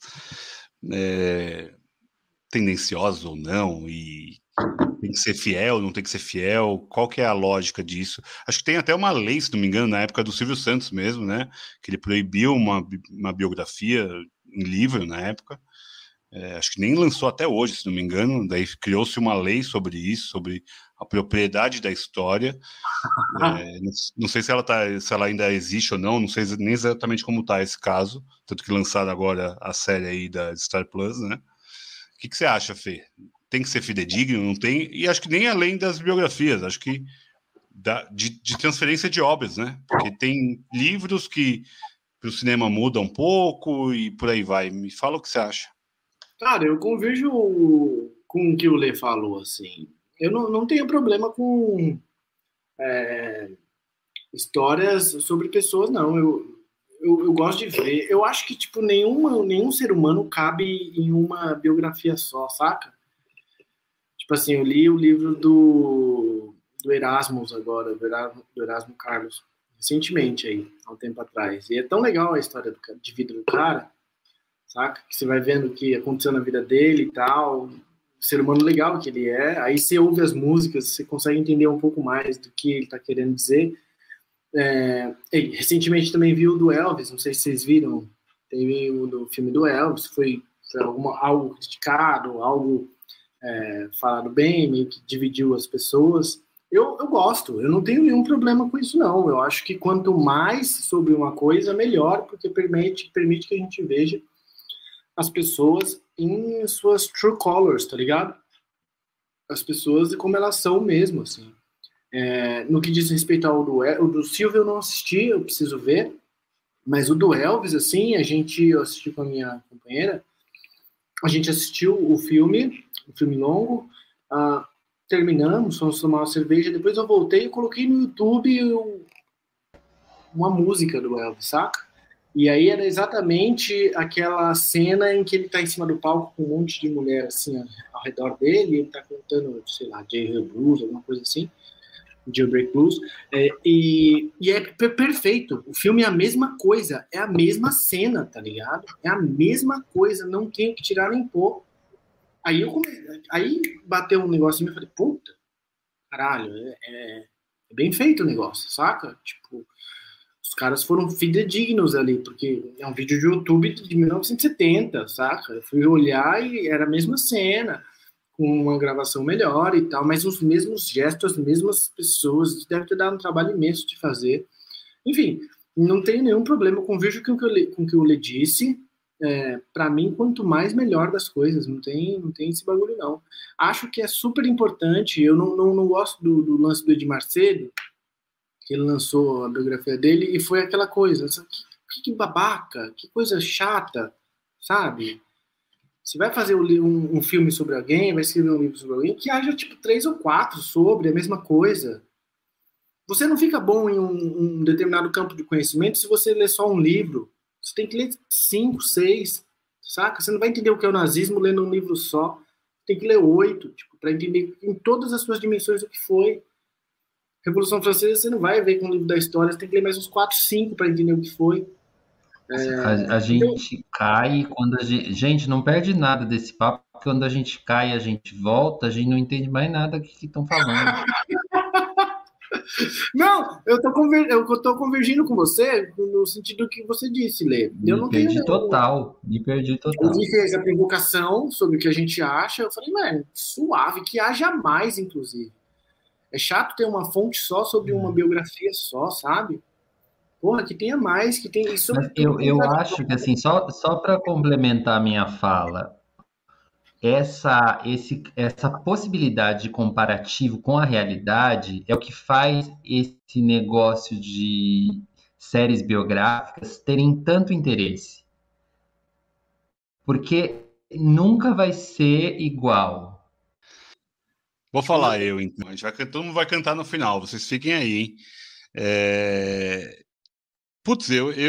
tendenciosas ou não? E tem que ser fiel, não tem que ser fiel? Qual que é a lógica disso? Acho que tem até uma lei, se não me engano, na época do Silvio Santos mesmo, né? Que ele proibiu uma biografia em livro na época. Acho que nem lançou até hoje, se não me engano. Daí criou-se uma lei sobre isso, sobre a propriedade da história. Não sei se ela ainda existe ou não sei nem exatamente como está esse caso, tanto que lançaram agora a série aí da Star Plus, né? O que você acha, Fê? Tem que ser fidedigno? Não tem? E acho que nem além das biografias, acho que de transferência de obras, né? Porque tem livros que para o cinema muda um pouco e por aí vai. Me fala o que você acha. Cara, eu converjo com o que o Lê falou, assim. Eu não tenho problema com histórias sobre pessoas, não. Eu gosto de ver. Eu acho que, tipo, nenhum ser humano cabe em uma biografia só, saca? Tipo assim, eu li o livro do Erasmus agora, do Erasmo Carlos, recentemente aí, há um tempo atrás. E é tão legal a história de vida do cara, saca? Que você vai vendo o que aconteceu na vida dele e tal, o ser humano legal que ele é. Aí você ouve as músicas, você consegue entender um pouco mais do que ele tá querendo dizer. Recentemente também vi o do Elvis, não sei se vocês viram, teve o do filme do Elvis, foi algo criticado, algo falado bem, meio que dividiu as pessoas. Eu gosto, eu não tenho nenhum problema com isso, não. Eu acho que quanto mais sobre uma coisa, melhor, porque permite que a gente veja as pessoas em suas true colors, tá ligado? As pessoas como elas são mesmo, assim. No que diz respeito ao o do Silvio, eu não assisti, eu preciso ver. Mas o do Elvis, assim, eu assisti com a minha companheira, a gente assistiu o filme longo, terminamos, fomos tomar uma cerveja, depois eu voltei e coloquei no YouTube uma música do Elvis, saca? E aí era exatamente aquela cena em que ele tá em cima do palco com um monte de mulher, assim, ao redor dele, e ele tá cantando, sei lá, Jailbreak Blues, alguma coisa assim, Jailbreak Blues, e é perfeito. O filme é a mesma coisa, é a mesma cena, tá ligado? É a mesma coisa, não tem o que tirar nem pôr. Aí bateu um negócio em mim e falei, puta, caralho, é bem feito o negócio, saca? Tipo, os caras foram fidedignos ali, porque é um vídeo de YouTube de 1970, saca? Eu fui olhar e era a mesma cena, com uma gravação melhor e tal, mas os mesmos gestos, as mesmas pessoas, deve ter dado um trabalho imenso de fazer. Enfim, não tenho nenhum problema, converjo com o que o Lê disse. Para mim, quanto mais, melhor das coisas, não tem esse bagulho, não. Acho que é super importante, eu não gosto do lance do Edmar Cedo, que ele lançou a biografia dele, e foi aquela coisa, que babaca, que coisa chata, sabe? Você vai fazer um filme sobre alguém, vai escrever um livro sobre alguém, que haja tipo 3 ou 4 sobre a mesma coisa. Você não fica bom em um determinado campo de conhecimento se você ler só um livro. Você tem que ler 5, 6, saca? Você não vai entender o que é o nazismo lendo um livro só. Tem que ler 8, tipo, para entender em todas as suas dimensões o que foi. Revolução Francesa você não vai ver com o livro da história, você tem que ler mais uns 4, 5 para entender o que foi. A Então, gente cai quando a gente. Gente, não perde nada desse papo, porque quando a gente cai, a gente volta, a gente não entende mais nada do que estão falando. não, eu tô convergindo com você no sentido que você disse, Lê. Eu Me não tenho perdi nenhum. total, me perdi Eu total. vi fez a provocação sobre o que a gente acha. Eu falei, mano, suave, que haja mais, inclusive. É chato ter uma fonte só sobre uma biografia só, sabe? Porra, que tenha mais, que tenha. E Mas sobretudo eu acho que, assim, só para complementar a minha fala, essa possibilidade de comparativo com a realidade é o que faz esse negócio de séries biográficas terem tanto interesse. Porque nunca vai ser igual. Vou falar eu, então. Todo mundo vai cantar no final, vocês fiquem aí, hein? Putz,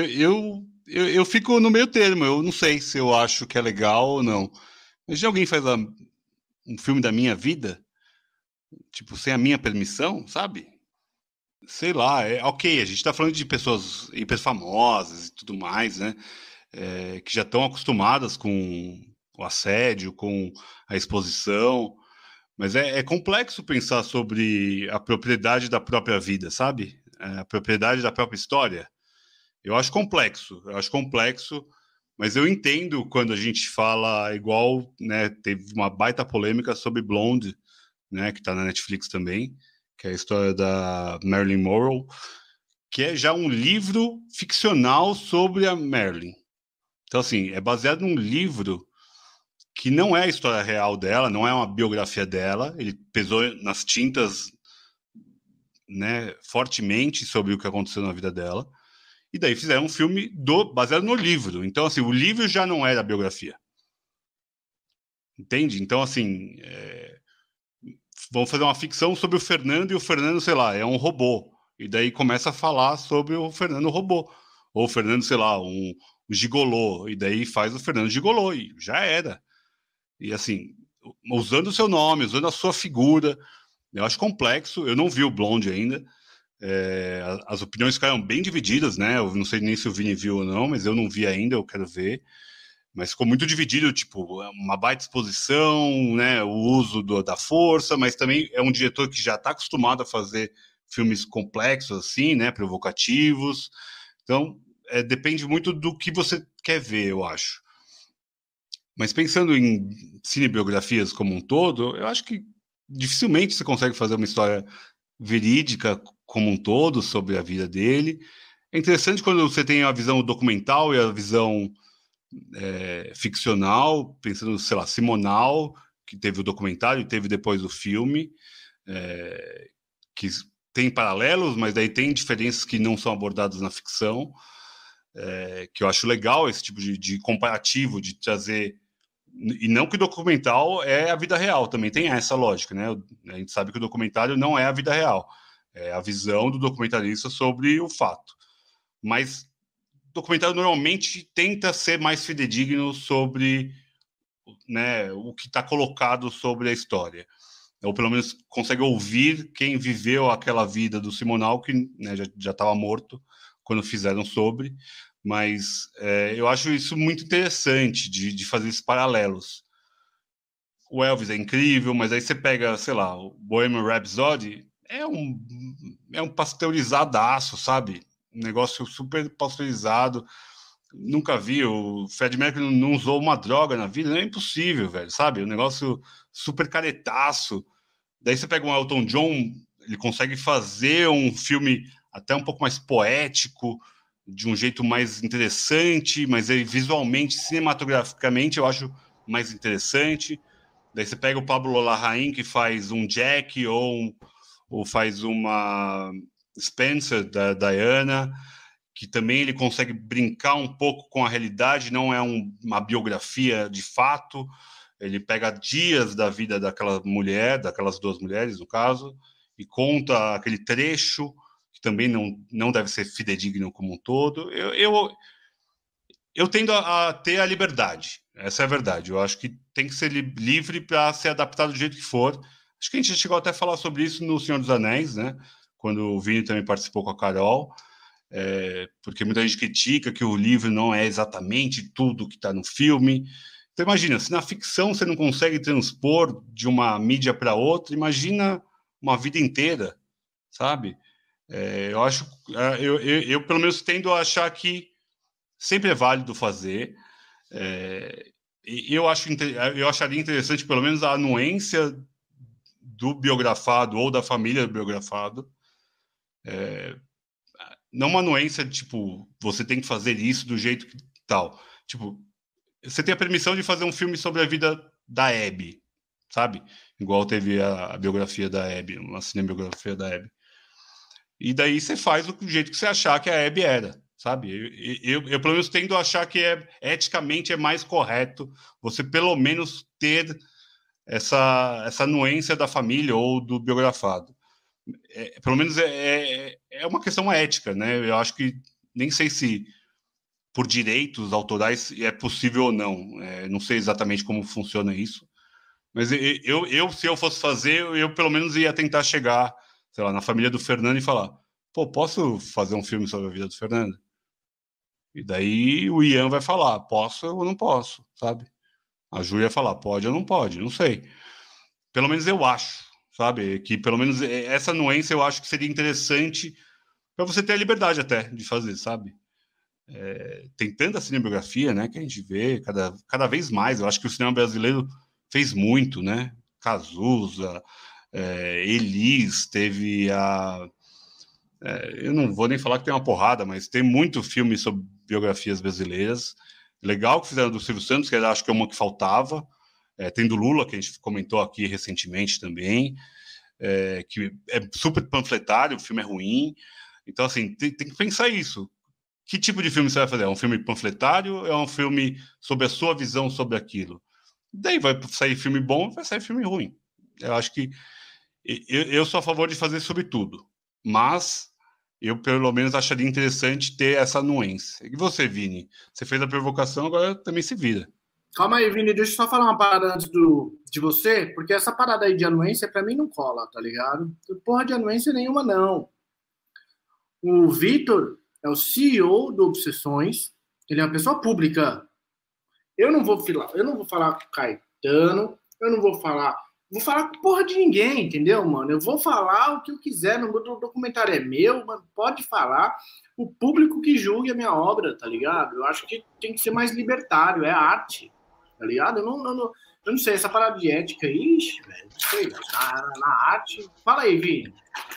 eu fico no meio termo, eu não sei se eu acho que é legal ou não. Mas se alguém faz um filme da minha vida, tipo, sem a minha permissão, sabe? Sei lá, ok, a gente tá falando de pessoas hiper famosas e tudo mais, né? Que já estão acostumadas com o assédio, com a exposição, mas é complexo pensar sobre a propriedade da própria vida, sabe? A propriedade da própria história. Eu acho complexo, mas eu entendo quando a gente fala igual, né? Teve uma baita polêmica sobre Blonde, né? Que tá na Netflix também, que é a história da Marilyn Monroe, que é já um livro ficcional sobre a Marilyn. Então, assim, é baseado num livro que não é a história real dela, não é uma biografia dela, ele pesou nas tintas, né, fortemente sobre o que aconteceu na vida dela, e daí fizeram um filme baseado no livro. Então, assim, o livro já não era a biografia. Entende? Então, assim, vamos fazer uma ficção sobre o Fernando, e o Fernando, sei lá, é um robô. E daí começa a falar sobre o Fernando robô. Ou o Fernando, sei lá, um gigolô. E daí faz o Fernando gigolô. E já era. E assim, usando o seu nome, usando a sua figura. Eu acho complexo. Eu não vi o Blonde ainda. As opiniões ficaram bem divididas, né? Eu não sei nem se o Vini viu ou não, mas eu não vi ainda, eu quero ver. Mas ficou muito dividido, tipo, uma baita exposição, né? O uso da força, mas também é um diretor que já está acostumado a fazer filmes complexos, assim, né? Provocativos. Então, depende muito do que você quer ver, eu acho. Mas pensando em cinebiografias como um todo, eu acho que dificilmente você consegue fazer uma história verídica como um todo sobre a vida dele. É interessante quando você tem a visão documental e a visão ficcional, pensando, sei lá, Simonal, que teve o documentário e teve depois o filme, que tem paralelos, mas daí tem diferenças que não são abordadas na ficção, que eu acho legal esse tipo de comparativo, de trazer. E não que o documental é a vida real, também tem essa lógica, né? A gente sabe que o documentário não é a vida real, é a visão do documentarista sobre o fato. Mas o documentário normalmente tenta ser mais fidedigno sobre, né, o que está colocado sobre a história. Ou pelo menos consegue ouvir quem viveu aquela vida do Simonal, que, né, já estava morto quando fizeram sobre. Mas eu acho isso muito interessante de fazer esses paralelos. O Elvis é incrível, mas aí você pega, sei lá, o Bohemian Rhapsody, é um pasteurizadaço, sabe? Um negócio super pasteurizado. Nunca vi, o Fred Mercury não usou uma droga na vida, não é impossível, velho, sabe? Um negócio super caretaço. Daí você pega um Elton John, ele consegue fazer um filme até um pouco mais poético, de um jeito mais interessante, mas ele visualmente, cinematograficamente, eu acho mais interessante. Daí você pega o Pablo Larraín, que faz um Jack, ou faz uma Spencer, da Diana, que também ele consegue brincar um pouco com a realidade, não é uma biografia de fato, ele pega dias da vida daquela mulher, daquelas duas mulheres, no caso, e conta aquele trecho, que também não deve ser fidedigno como um todo. Eu tendo a ter a liberdade. Essa é a verdade. Eu acho que tem que ser livre para ser adaptado do jeito que for. Acho que a gente já chegou até a falar sobre isso no Senhor dos Anéis, né? Quando o Vini também participou com a Carol. Porque muita gente critica que o livro não é exatamente tudo que está no filme. Então imagina, se na ficção você não consegue transpor de uma mídia para outra, imagina uma vida inteira, sabe? Eu acho, eu pelo menos tendo a achar que sempre é válido fazer. Eu acharia interessante pelo menos a anuência do biografado ou da família do biografado. Não uma anuência, tipo, você tem que fazer isso do jeito que tal. Tipo, você tem a permissão de fazer um filme sobre a vida da Abby, sabe? Igual teve a biografia da Abby, uma cinebiografia da Abby. E daí você faz do jeito que você achar que a Abby era, sabe? Eu pelo menos tendo a achar que eticamente é mais correto você pelo menos ter essa anuência da família ou do biografado. Pelo menos é uma questão ética, né? Eu acho que nem sei se por direitos autorais é possível ou não. Não sei exatamente como funciona isso. Mas se eu fosse fazer, eu pelo menos ia tentar chegar, sei lá, na família do Fernando e falar: pô, posso fazer um filme sobre a vida do Fernando? E daí o Ian vai falar: posso ou não posso, sabe? A Júlia vai falar: pode ou não pode, não sei. Pelo menos eu acho, sabe? Que pelo menos essa anuência eu acho que seria interessante para você ter a liberdade até de fazer, sabe? Tem tanta cinebiografia, né, que a gente vê cada vez mais. Eu acho que o cinema brasileiro fez muito, né? Cazuza, Elis, teve eu não vou nem falar que tem uma porrada, mas tem muito filme sobre biografias brasileiras. Legal que fizeram do Silvio Santos, que eu acho que é uma que faltava. Tem do Lula, que a gente comentou aqui recentemente também, que é super panfletário, o filme é ruim. Então, assim, tem que pensar isso. Que tipo de filme você vai fazer? É um filme panfletário ou é um filme sobre a sua visão sobre aquilo? Daí vai sair filme bom, vai sair filme ruim. Eu acho que eu sou a favor de fazer sobre tudo, mas eu pelo menos acharia interessante ter essa anuência. E você, Vini? Você fez a provocação, agora também se vira. Calma aí, Vini, deixa eu só falar uma parada antes de você, porque essa parada aí de anuência pra mim não cola, tá ligado? Porra de anuência nenhuma, não. O Vitor é o CEO do Obsessões, ele é uma pessoa pública. Eu não vou falar com o Caetano, eu não vou falar com porra de ninguém, entendeu, mano? Eu vou falar o que eu quiser, o documentário é meu, mano, pode falar. O público que julgue a minha obra, tá ligado? Eu acho que tem que ser mais libertário, é arte, tá ligado? Eu não sei, essa parada de ética, ixi, velho, não sei, na arte... Fala aí, Vini.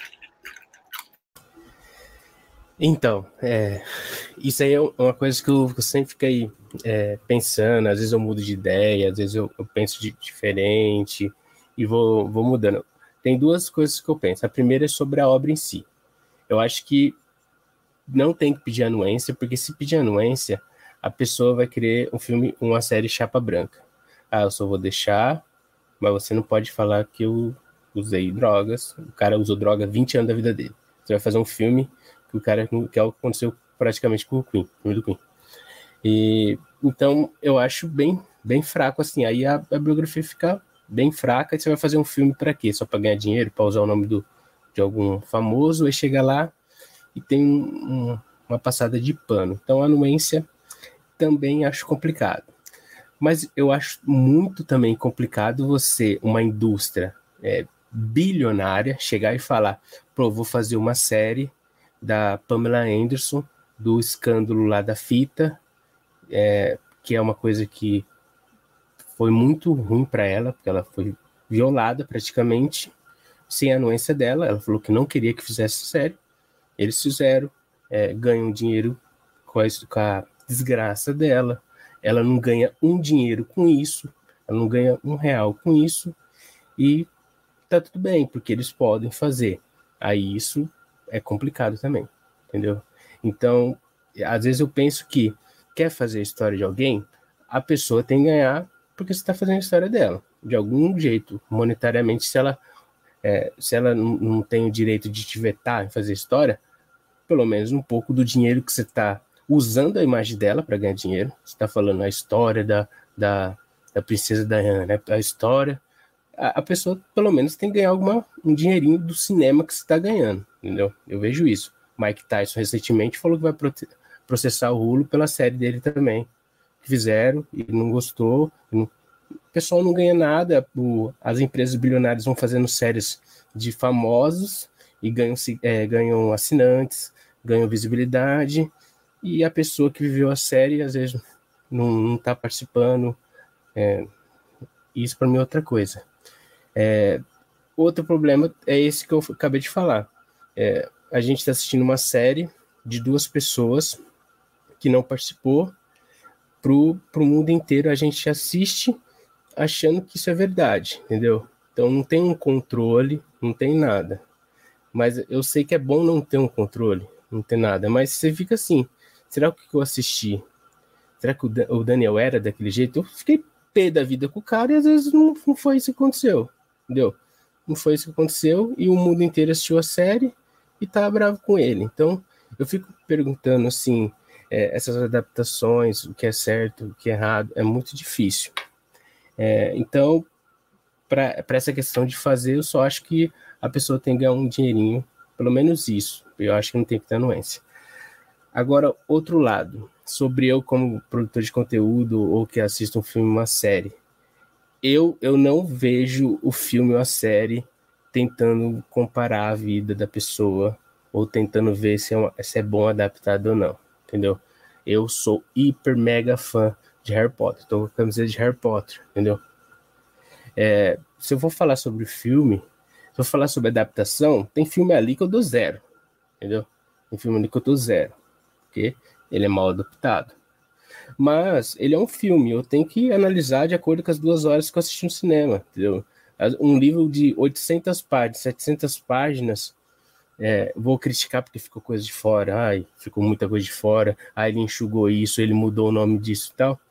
Então, isso aí é uma coisa que eu sempre fiquei pensando. Às vezes eu mudo de ideia, às vezes eu penso diferente e vou mudando. Tem duas coisas que eu penso. A primeira é sobre a obra em si. Eu acho que não tem que pedir anuência, porque se pedir anuência, a pessoa vai querer um filme, uma série chapa branca. Eu só vou deixar, mas você não pode falar que eu usei drogas. O cara usou droga 20 anos da vida dele. Você vai fazer um filme que é o que aconteceu praticamente com o Queen, filme do Queen. E então eu acho bem fraco assim. Aí a biografia fica bem fraca. E você vai fazer um filme para quê? Só para ganhar dinheiro, para usar o nome de algum famoso, aí chega lá e tem uma passada de pano. Então a anuência também acho complicado. Mas eu acho muito também complicado você, uma indústria bilionária, chegar e falar: pô, vou fazer uma série da Pamela Anderson, do escândalo lá da fita, que é uma coisa que foi muito ruim para ela, porque ela foi violada praticamente, sem a anuência dela. Ela falou que não queria que fizesse série. Eles fizeram, ganham dinheiro com a desgraça dela. Ela não ganha um dinheiro com isso, ela não ganha R$1 com isso, e tá tudo bem, porque eles podem fazer. Aí isso é complicado também, entendeu? Então, às vezes eu penso que quer fazer a história de alguém, a pessoa tem que ganhar porque você está fazendo a história dela, de algum jeito, monetariamente. Se ela não tem o direito de te vetar em fazer história, pelo menos um pouco do dinheiro que você está usando a imagem dela para ganhar dinheiro. Você está falando a história da princesa Diana, né? A história. A pessoa, pelo menos, tem que ganhar um dinheirinho do cinema que você está ganhando, entendeu? Eu vejo isso. Mike Tyson recentemente falou que vai processar o Hulu pela série dele também. Que fizeram e não gostou. O pessoal não ganha nada. As empresas bilionárias vão fazendo séries de famosos e ganham assinantes, ganham visibilidade. E a pessoa que viveu a série, às vezes, não está participando. Isso para mim é outra coisa. Outro problema é esse que eu acabei de falar. A gente está assistindo uma série de 2 pessoas que não participou. Pro mundo inteiro a gente assiste achando que isso é verdade, entendeu? Então não tem um controle, não tem nada. Mas eu sei que é bom não ter um controle, não ter nada. Mas você fica assim, será que eu assisti? Será que o Daniel era daquele jeito? Eu fiquei pé da vida com o cara e às vezes não foi isso que aconteceu, entendeu? Não foi isso que aconteceu e o mundo inteiro assistiu a série e tá bravo com ele. Então eu fico perguntando assim, essas adaptações, o que é certo, o que é errado, é muito difícil. Então, para essa questão de fazer, eu só acho que a pessoa tem que ganhar um dinheirinho, pelo menos isso. Eu acho que não tem que ter anuência. Agora, outro lado, sobre eu como produtor de conteúdo ou que assisto um filme, uma série. Eu não vejo o filme ou a série tentando comparar a vida da pessoa ou tentando ver se é bom adaptado ou não, entendeu? Eu sou hiper mega fã de Harry Potter, tô com a camiseta de Harry Potter, entendeu? Se eu for falar sobre filme, se eu falar sobre adaptação, tem filme ali que eu dou 0, entendeu? Tem filme ali que eu dou 0, porque ele é mal adaptado. Mas ele é um filme, eu tenho que analisar de acordo com as 2 horas que eu assisti no cinema, entendeu? Um livro de 800 páginas, 700 páginas, vou criticar porque ficou coisa de fora, ficou muita coisa de fora, ele enxugou isso, ele mudou o nome disso e tal.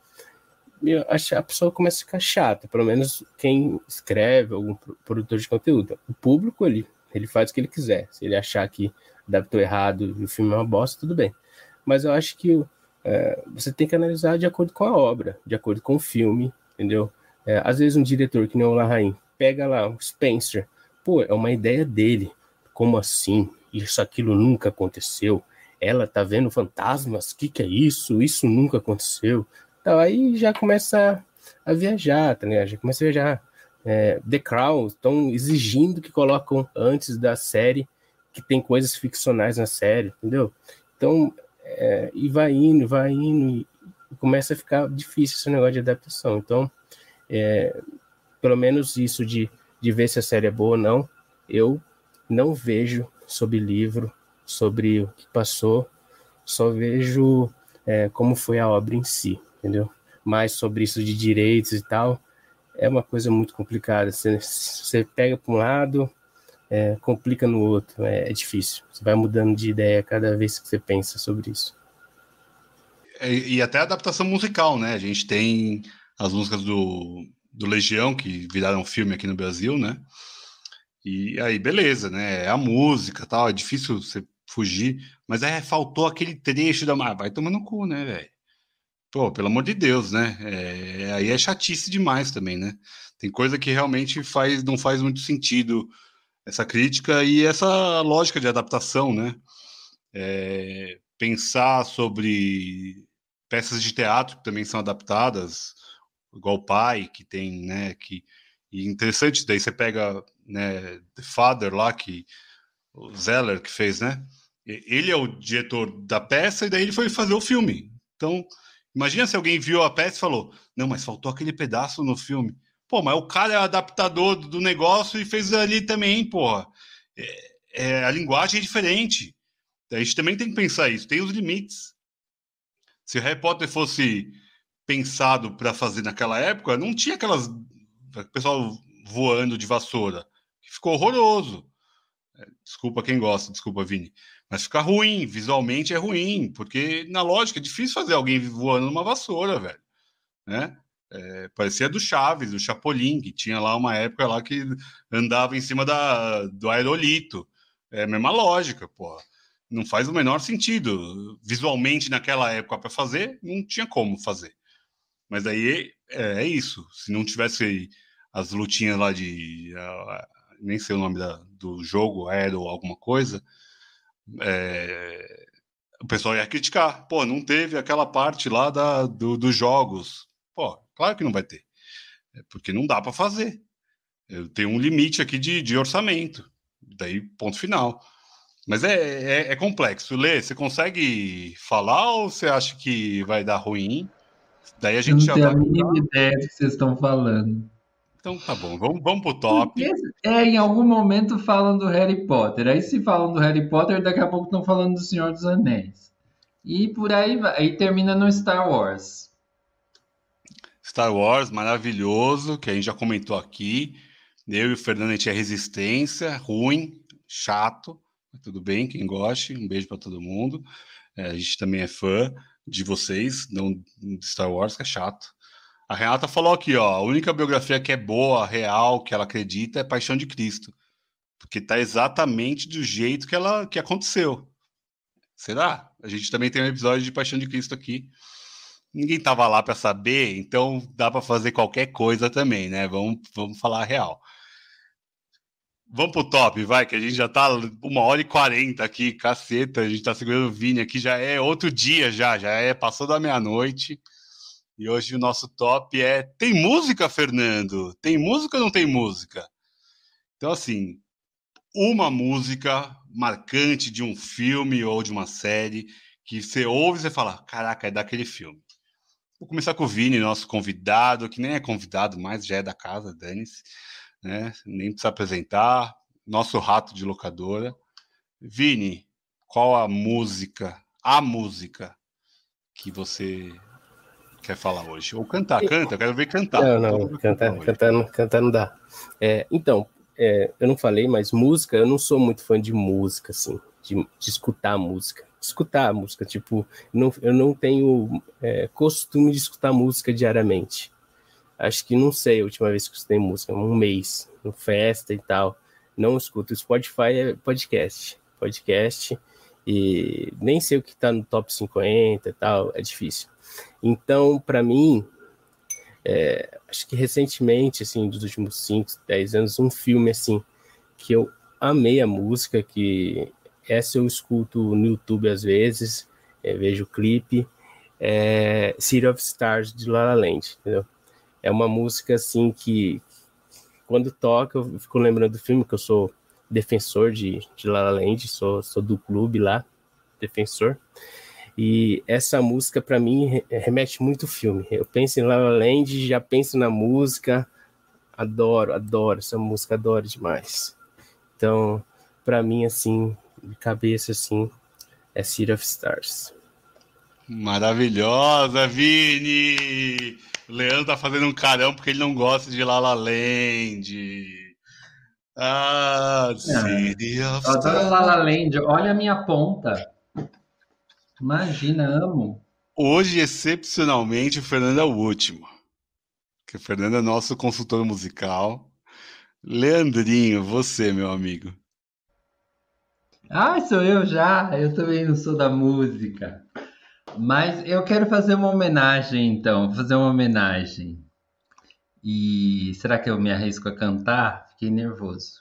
A pessoa começa a ficar chata, pelo menos quem escreve, algum produtor de conteúdo. O público, ele faz o que ele quiser. Se ele achar que adaptou errado e o filme é uma bosta, tudo bem. Mas eu acho que você tem que analisar de acordo com a obra, de acordo com o filme, entendeu? Às vezes um diretor que nem o Larraín pega lá o Spencer, é uma ideia dele. Como assim? Aquilo nunca aconteceu. Ela tá vendo fantasmas? Que é isso? Isso nunca aconteceu. Então, aí já começa a viajar, tá ligado? Já começa a viajar. The Crown estão exigindo que colocam antes da série que tem coisas ficcionais na série, entendeu? Então, e vai indo, e começa a ficar difícil esse negócio de adaptação. Então, pelo menos isso de ver se a série é boa ou não, eu não vejo sobre livro, sobre o que passou, só vejo como foi a obra em si, entendeu? Mas sobre isso de direitos e tal, é uma coisa muito complicada. Você pega para um lado, complica no outro, é difícil. Você vai mudando de ideia cada vez que você pensa sobre isso. E até a adaptação musical, né? A gente tem as músicas do Legião, que viraram filme aqui no Brasil, né? E aí, beleza, né? É a música e tal, é difícil você fugir, mas faltou aquele trecho da... vai tomar no cu, né, velho? Pô, pelo amor de Deus, né? Aí é chatice demais também, né? Tem coisa que realmente não faz muito sentido essa crítica e essa lógica de adaptação, né? Pensar sobre peças de teatro que também são adaptadas, igual o Pai, que tem, né? E interessante, daí você pega, né, The Father lá, que o Zeller que fez, né? Ele é o diretor da peça e daí ele foi fazer o filme. Então, imagina se alguém viu a peça e falou, não, mas faltou aquele pedaço no filme. Pô, mas o cara é adaptador do negócio e fez ali também, porra. A linguagem é diferente. A gente também tem que pensar isso, tem os limites. Se Harry Potter fosse pensado para fazer naquela época, não tinha aquelas... pessoal voando de vassoura. Ficou horroroso. Desculpa quem gosta, desculpa, Vini. Mas fica ruim, visualmente é ruim, porque na lógica é difícil fazer alguém voando numa vassoura, velho. Né? Parecia do Chaves, do Chapolin, que tinha lá uma época lá que andava em cima do aerolito. É a mesma lógica, porra. Não faz o menor sentido. Visualmente, naquela época, para fazer, não tinha como fazer. Mas daí é isso. Se não tivesse as lutinhas lá de... nem sei o nome do jogo, Aero alguma coisa, o pessoal ia criticar. Pô, não teve aquela parte lá dos jogos. Pô, claro que não vai ter. Porque não dá para fazer. Eu tenho um limite aqui de orçamento. Daí, ponto final. Mas é complexo. Lê, você consegue falar ou você acha que vai dar ruim? Daí a Eu gente não já tenho vai. a mínima ideia do que vocês estão falando. Então tá bom, vamos pro Porque top. em algum momento falam do Harry Potter. Aí se falam do Harry Potter, daqui a pouco estão falando do Senhor dos Anéis. E por aí vai. Aí termina no Star Wars. Star Wars, maravilhoso, que a gente já comentou aqui. Eu e o Fernando, a gente é resistência, ruim, chato, mas tudo bem, quem goste, um beijo para todo mundo. A gente também é fã de vocês, não de Star Wars, que é chato. A Renata falou aqui, ó, a única biografia que é boa, real, que ela acredita é Paixão de Cristo, porque tá exatamente do jeito que aconteceu. Será? A gente também tem um episódio de Paixão de Cristo aqui. Ninguém tava lá para saber, então dá para fazer qualquer coisa também, né? Vamos falar a real. Vamos pro top, vai, que a gente já tá 1h40 aqui, caceta, a gente tá segurando o Vini aqui, já é outro dia passou da meia-noite, e hoje o nosso top tem música, Fernando? Tem música ou não tem música? Então, assim, uma música marcante de um filme ou de uma série, que você ouve e você fala, caraca, é daquele filme. Vou começar com o Vini, nosso convidado, que nem é convidado mais, já é da casa, dane-se, né? Nem precisa apresentar, nosso rato de locadora. Vini, qual a música que você quer falar hoje? Ou cantar, canta, eu quero ver cantar. Não, cantar não dá. Então, eu não falei, mas música, eu não sou muito fã de música, assim, de escutar música. Escutar música, tipo, eu não tenho costume de escutar música diariamente. Acho que não sei a última vez que eu escutei música, um mês, em festa e tal. Não escuto. O Spotify é podcast, e nem sei o que tá no top 50 e tal, é difícil. Então, para mim, acho que recentemente, assim, dos últimos 5, 10 anos, um filme, assim, que eu amei a música, que essa eu escuto no YouTube às vezes, vejo o clipe, City of Stars, de La La Land, entendeu? É uma música, assim, que quando toca, eu fico lembrando do filme, que eu sou defensor de La La Land, sou do clube lá, defensor. E essa música, para mim, remete muito ao filme. Eu penso em La La Land, já penso na música, adoro essa música, adoro demais. Então, para mim, assim, de cabeça, assim, é City of Stars. Maravilhosa, Vini! O Leandro tá fazendo um carão porque ele não gosta de La La Land. City of Eu adoro Stars. La La Land. Olha a minha ponta. Imagina, amo. Hoje, excepcionalmente, o Fernando é o último. Porque o Fernando é nosso consultor musical. Leandrinho, você, meu amigo. Sou eu já. Eu também não sou da música. Mas eu quero fazer uma homenagem, então. Fazer uma homenagem. E será que eu me arrisco a cantar? Fiquei nervoso.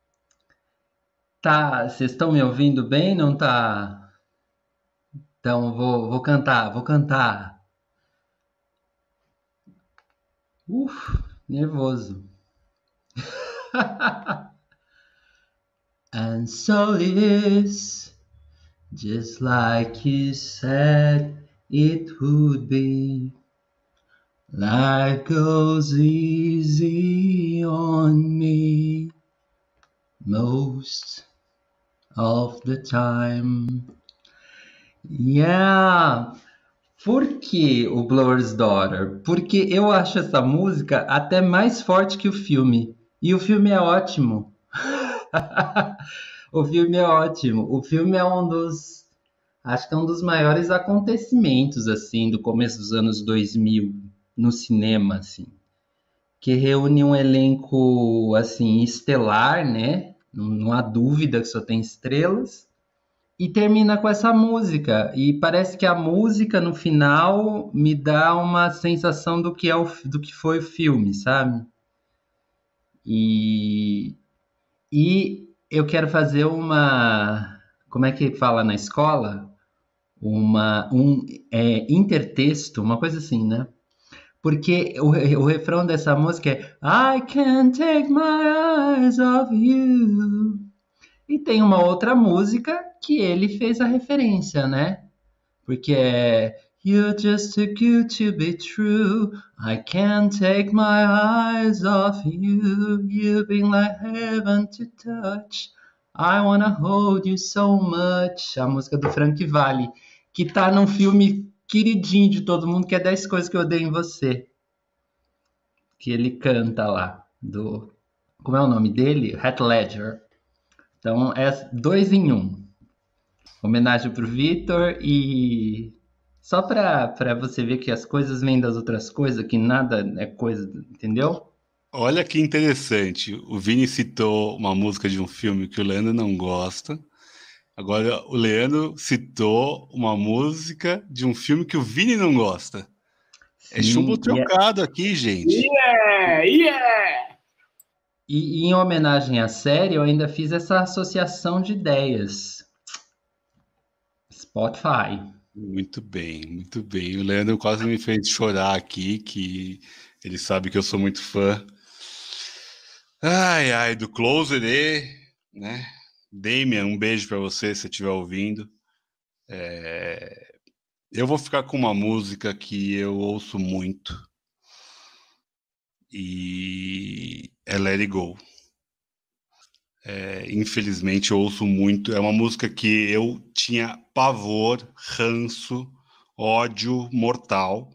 Tá, vocês estão me ouvindo bem? Não tá? Então vou cantar. Nervoso. And so it is, just like you said it would be. Life goes easy on me most of the time. Yeah. Por que o Blower's Daughter? Porque eu acho essa música até mais forte que o filme. E o filme é ótimo. O filme é ótimo. O filme é acho que é um dos maiores acontecimentos, assim, do começo dos anos 2000 no cinema, assim. Que reúne um elenco, assim, estelar, né? Não há dúvida que só tem estrelas. E termina com essa música. E parece que a música, no final, me dá uma sensação do que, do que foi o filme, sabe? E, e eu quero fazer uma... Como é que fala na escola? Intertexto, uma coisa assim, né? Porque o refrão dessa música é I can't take my eyes off you. E tem uma outra música que ele fez a referência, né? Porque é You're just too good to be true. I can't take my eyes off you. You've been like heaven to touch. I wanna hold you so much. A música do Frank Valli, que tá num filme queridinho de todo mundo, que é 10 Coisas que Eu Odeio em Você. Que ele canta lá. Como é o nome dele? Heath Ledger. Então é 2 em 1. Homenagem pro Vitor e só para você ver que as coisas vêm das outras coisas, que nada é coisa, entendeu? Olha que interessante. O Vini citou uma música de um filme que o Leandro não gosta. Agora o Leandro citou uma música de um filme que o Vini não gosta. É chumbo trocado aqui, gente. E em homenagem à série, eu ainda fiz essa associação de ideias. Spotify. Muito bem, muito bem. O Leandro quase me fez chorar aqui, que ele sabe que eu sou muito fã. Ai, ai, do Closer, né? Damian, um beijo para você, se estiver ouvindo. Eu vou ficar com uma música que eu ouço muito. E é Let It Go. Infelizmente eu ouço muito. É uma música que eu tinha pavor, ranço, ódio mortal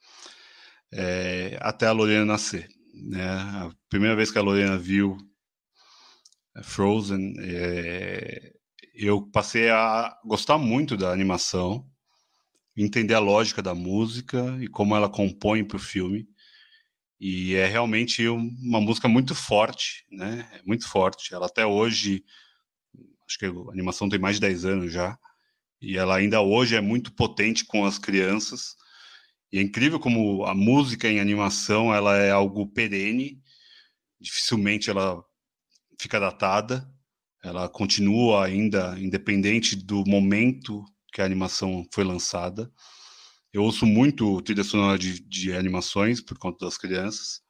até a Lorena nascer, né? A primeira vez que a Lorena viu Frozen, eu passei a gostar muito da animação, entender a lógica da música e como ela compõe para o filme. E é realmente uma música muito forte, né? É muito forte. Ela até hoje, acho que a animação tem mais de 10 anos já, e ela ainda hoje é muito potente com as crianças. E é incrível como a música em animação, ela é algo perene, dificilmente ela fica datada, ela continua ainda independente do momento que a animação foi lançada. Eu ouço muito trilha sonora de animações por conta das crianças.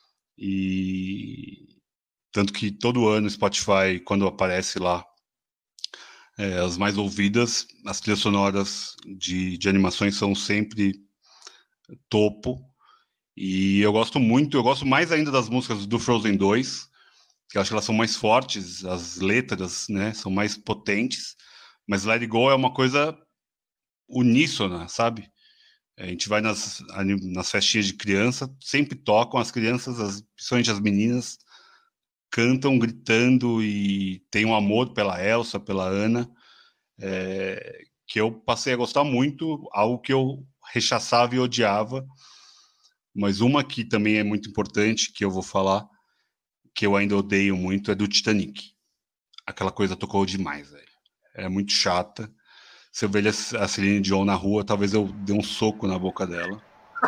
E tanto que todo ano o Spotify, quando aparece lá as mais ouvidas, as trilhas sonoras de animações são sempre topo. E eu gosto mais ainda das músicas do Frozen 2, que eu acho que elas são mais fortes, as letras, né, são mais potentes. Mas Let It Go é uma coisa uníssona, sabe? A gente vai nas festinhas de criança, sempre tocam, as crianças, principalmente as meninas, cantam, gritando e tem um amor pela Elsa, pela Anna, que eu passei a gostar muito, algo que eu rechaçava e odiava. Mas uma que também é muito importante, que eu vou falar, que eu ainda odeio muito, é do Titanic. Aquela coisa tocou demais, velho. É muito chata. Se eu ver a Celine Dion na rua, talvez eu dê um soco na boca dela.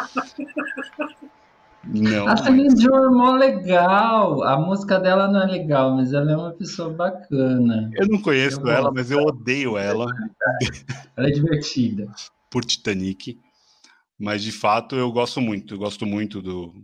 Não, a Celine Dion é mó legal. A música dela não é legal, mas ela é uma pessoa bacana. Eu não conheço ela, mas eu odeio ela. Ela é divertida. Por Titanic. Mas, de fato, eu gosto muito. Eu gosto muito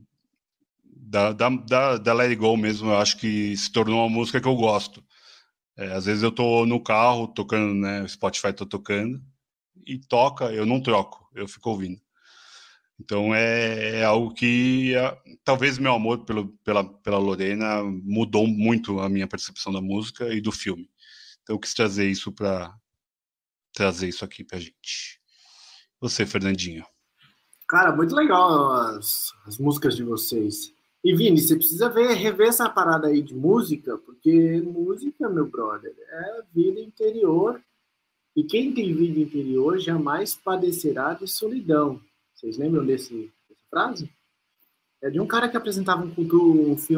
da Let It Go mesmo. Eu acho que se tornou uma música que eu gosto. Às vezes eu tô no carro tocando, né? O Spotify tá tocando e toca, eu não troco, eu fico ouvindo. Então é algo que talvez meu amor pela Lorena mudou muito a minha percepção da música e do filme. Então eu quis trazer isso aqui pra gente. Você, Fernandinho. Cara, muito legal as músicas de vocês. E, Vini, você precisa rever essa parada aí de música, porque música, meu brother, é vida interior. E quem tem vida interior jamais padecerá de solidão. Vocês lembram dessa frase? É de um cara que apresentava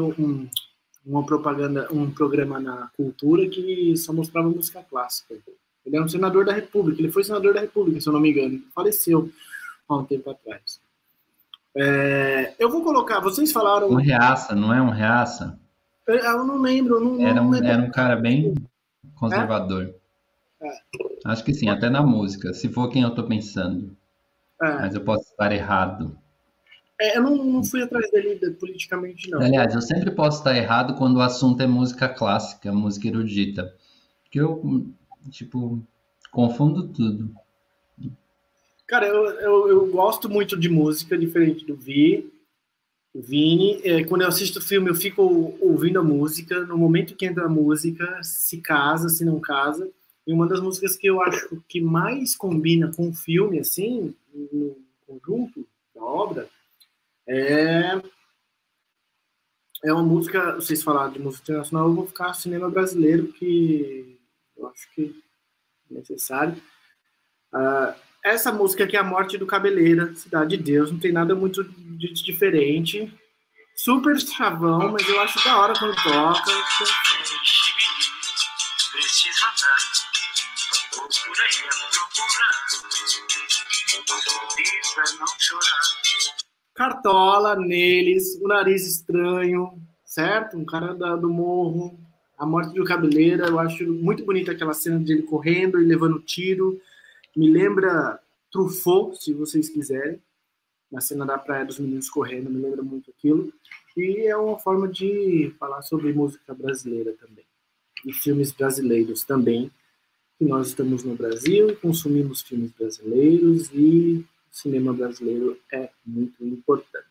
uma propaganda, um programa na Cultura que só mostrava música clássica. Ele é um senador da República. Ele foi senador da República, se eu não me engano. Faleceu há um tempo atrás. Eu vou colocar... Vocês falaram... Um Reaça, não é um Reaça? Eu não lembro. Era um cara bem conservador. Acho que sim, até na música, se for quem eu tô pensando. Mas eu posso estar errado. Eu não fui atrás dele politicamente, não. Aliás, eu sempre posso estar errado quando o assunto é música clássica, música erudita. Porque eu, tipo, confundo tudo. Cara, eu gosto muito de música, diferente do Vini. Quando eu assisto filme, eu fico ouvindo a música. No momento que entra a música, se casa, se não casa. E uma das músicas que eu acho que mais combina com o filme, assim, no conjunto da obra, é uma música... Vocês falaram de música internacional, eu vou ficar cinema brasileiro, que eu acho que é necessário. Essa música aqui é A Morte do Cabeleira, Cidade de Deus, não tem nada muito diferente. Super chavão, mas eu acho da hora quando toca. Cartola neles, o nariz estranho, certo? Um cara do morro. A Morte do Cabeleira, eu acho muito bonita aquela cena dele correndo e levando tiro. Me lembra Truffaut, se vocês quiserem. Na cena da Praia dos Meninos Correndo, me lembra muito aquilo. E é uma forma de falar sobre música brasileira também. E filmes brasileiros também. Que nós estamos no Brasil, consumimos filmes brasileiros e o cinema brasileiro é muito importante.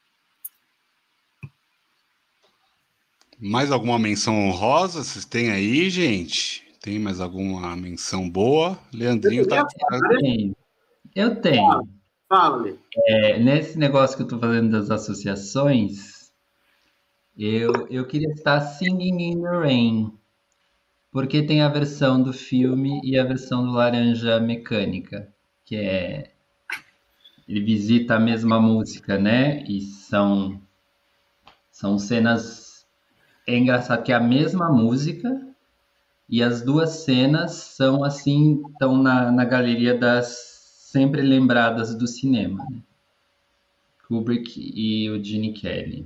Mais alguma menção honrosa vocês têm aí, gente? Tem mais alguma menção boa? Leandrinho tá... Eu tenho. Fala, Lê. Nesse negócio que eu tô fazendo das associações, eu queria estar Singing in the Rain, porque tem a versão do filme e a versão do Laranja Mecânica, que ele visita a mesma música, né? E são cenas... É engraçado que é a mesma música e as duas cenas são assim, estão na galeria das sempre lembradas do cinema, né? Kubrick e o Gene Kelly.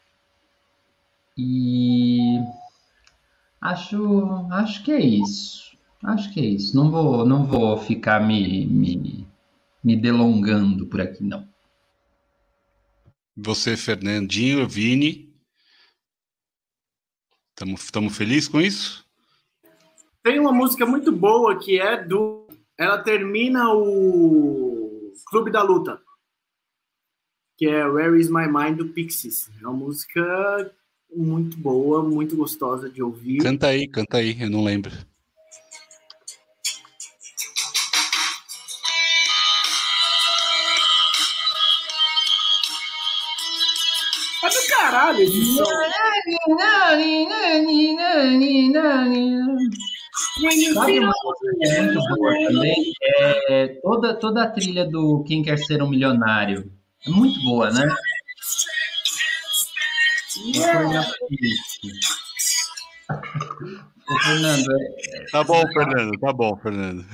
E acho que é isso. Acho que é isso. Não vou ficar me delongando por aqui, não. Você, Fernandinho, Vini, estamos felizes com isso? Tem uma música muito boa que ela termina o Clube da Luta, que é Where Is My Mind, do Pixies. É uma música muito boa, muito gostosa de ouvir. Canta aí, eu não lembro. É do caralho esse som. Sabe uma coisa que é muito boa também? Toda a trilha do Quem Quer Ser um Milionário. É muito boa, né? Ô, Fernando, Tá bom, Fernando.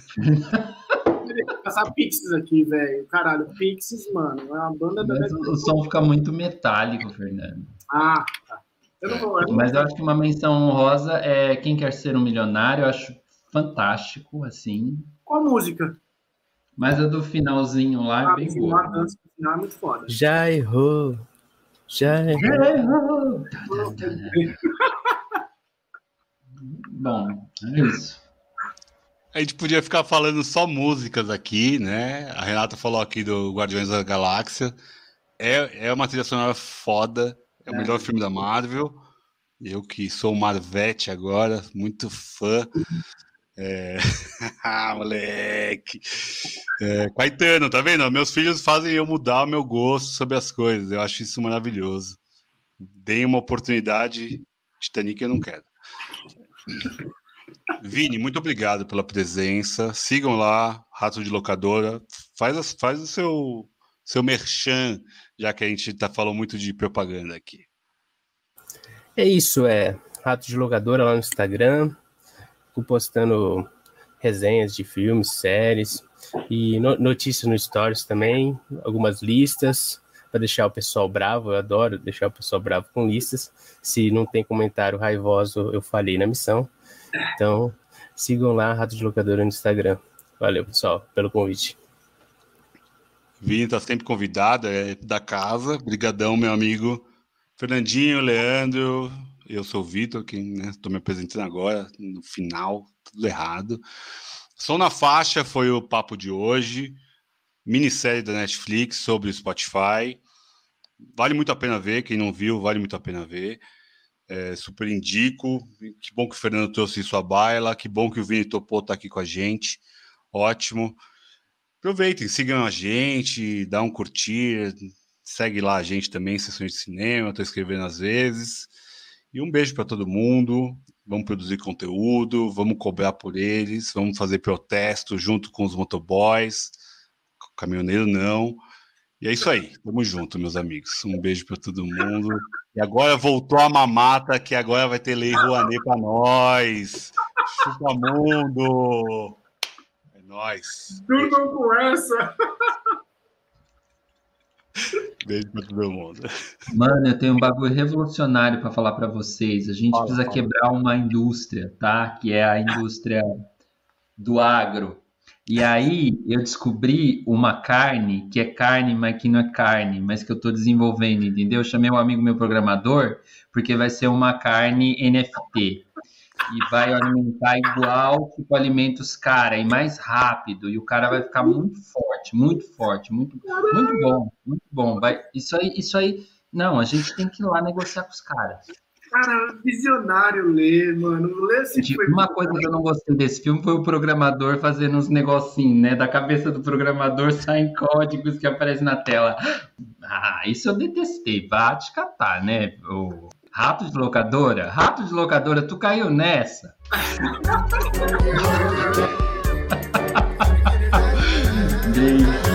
Passar Pixies aqui, velho. Caralho, Pixies, mano, é uma banda da... O som fica muito metálico, Fernando. Tá. Mas eu acho que uma menção honrosa é Quem Quer Ser um Milionário. Eu acho fantástico, assim. Qual música? Mas a do finalzinho lá é bem boa. A dança do final é muito foda. Já errou. Bom, é isso. A gente podia ficar falando só músicas aqui, né? A Renata falou aqui do Guardiões da Galáxia. É uma trilha sonora foda. É o melhor filme da Marvel. Eu que sou um Marvete agora, muito fã. Moleque. Caetano, tá vendo? Meus filhos fazem eu mudar o meu gosto sobre as coisas. Eu acho isso maravilhoso. Deem uma oportunidade. Titanic eu não quero. Vini, muito obrigado pela presença. Sigam lá, Rato de Locadora. Faz o seu merchan, já que a gente falando muito de propaganda aqui. É isso, Rato de Locadora lá no Instagram. Fico postando resenhas de filmes, séries e notícias no Stories também, algumas listas para deixar o pessoal bravo. Eu adoro deixar o pessoal bravo com listas. Se não tem comentário raivoso, eu falhei na missão. Então, sigam lá, Rato de Locadora no Instagram. Valeu, pessoal, pelo convite. Vini tá sempre convidado, é da casa. Brigadão, meu amigo. Fernandinho, Leandro, eu sou o Vitor, que estou me apresentando agora, no final, tudo errado. Som na Faixa foi o papo de hoje. Minissérie da Netflix sobre o Spotify. Vale muito a pena ver, quem não viu, vale muito a pena ver. Super indico. Que bom que o Fernando trouxe isso à baila, que bom que o Vini topou estar aqui com a gente. Ótimo. Aproveitem, sigam a gente, dá um curtir, segue lá a gente também, Sessões de Cinema, estou escrevendo às vezes. E um beijo para todo mundo. Vamos produzir conteúdo, vamos cobrar por eles, vamos fazer protesto junto com os motoboys. Caminhoneiro não. E é isso aí, tamo junto, meus amigos. Um beijo para todo mundo. E agora voltou a mamata, que agora vai ter Lei Rouanet para nós. Chupa mundo! É nóis. Durmam com essa! Beijo para todo mundo. Mano, eu tenho um bagulho revolucionário para falar para vocês. A gente precisa quebrar uma indústria, tá? Que é a indústria do agro. E aí eu descobri uma carne, que é carne, mas que não é carne, mas que eu tô desenvolvendo, entendeu? Eu chamei um amigo meu programador, porque vai ser uma carne NFT. E vai alimentar igual, tipo, alimentos cara, e mais rápido. E o cara vai ficar muito forte, muito bom, muito bom. Isso aí, não, a gente tem que ir lá negociar com os caras. Cara, visionário Lê, mano. Lê Uma coisa que eu não gostei desse filme foi o programador fazendo uns negocinhos, né? Da cabeça do programador saem códigos que aparecem na tela. Ah, isso eu detestei. Vá te catar, né? O Rato de Locadora, tu caiu nessa. Beijo.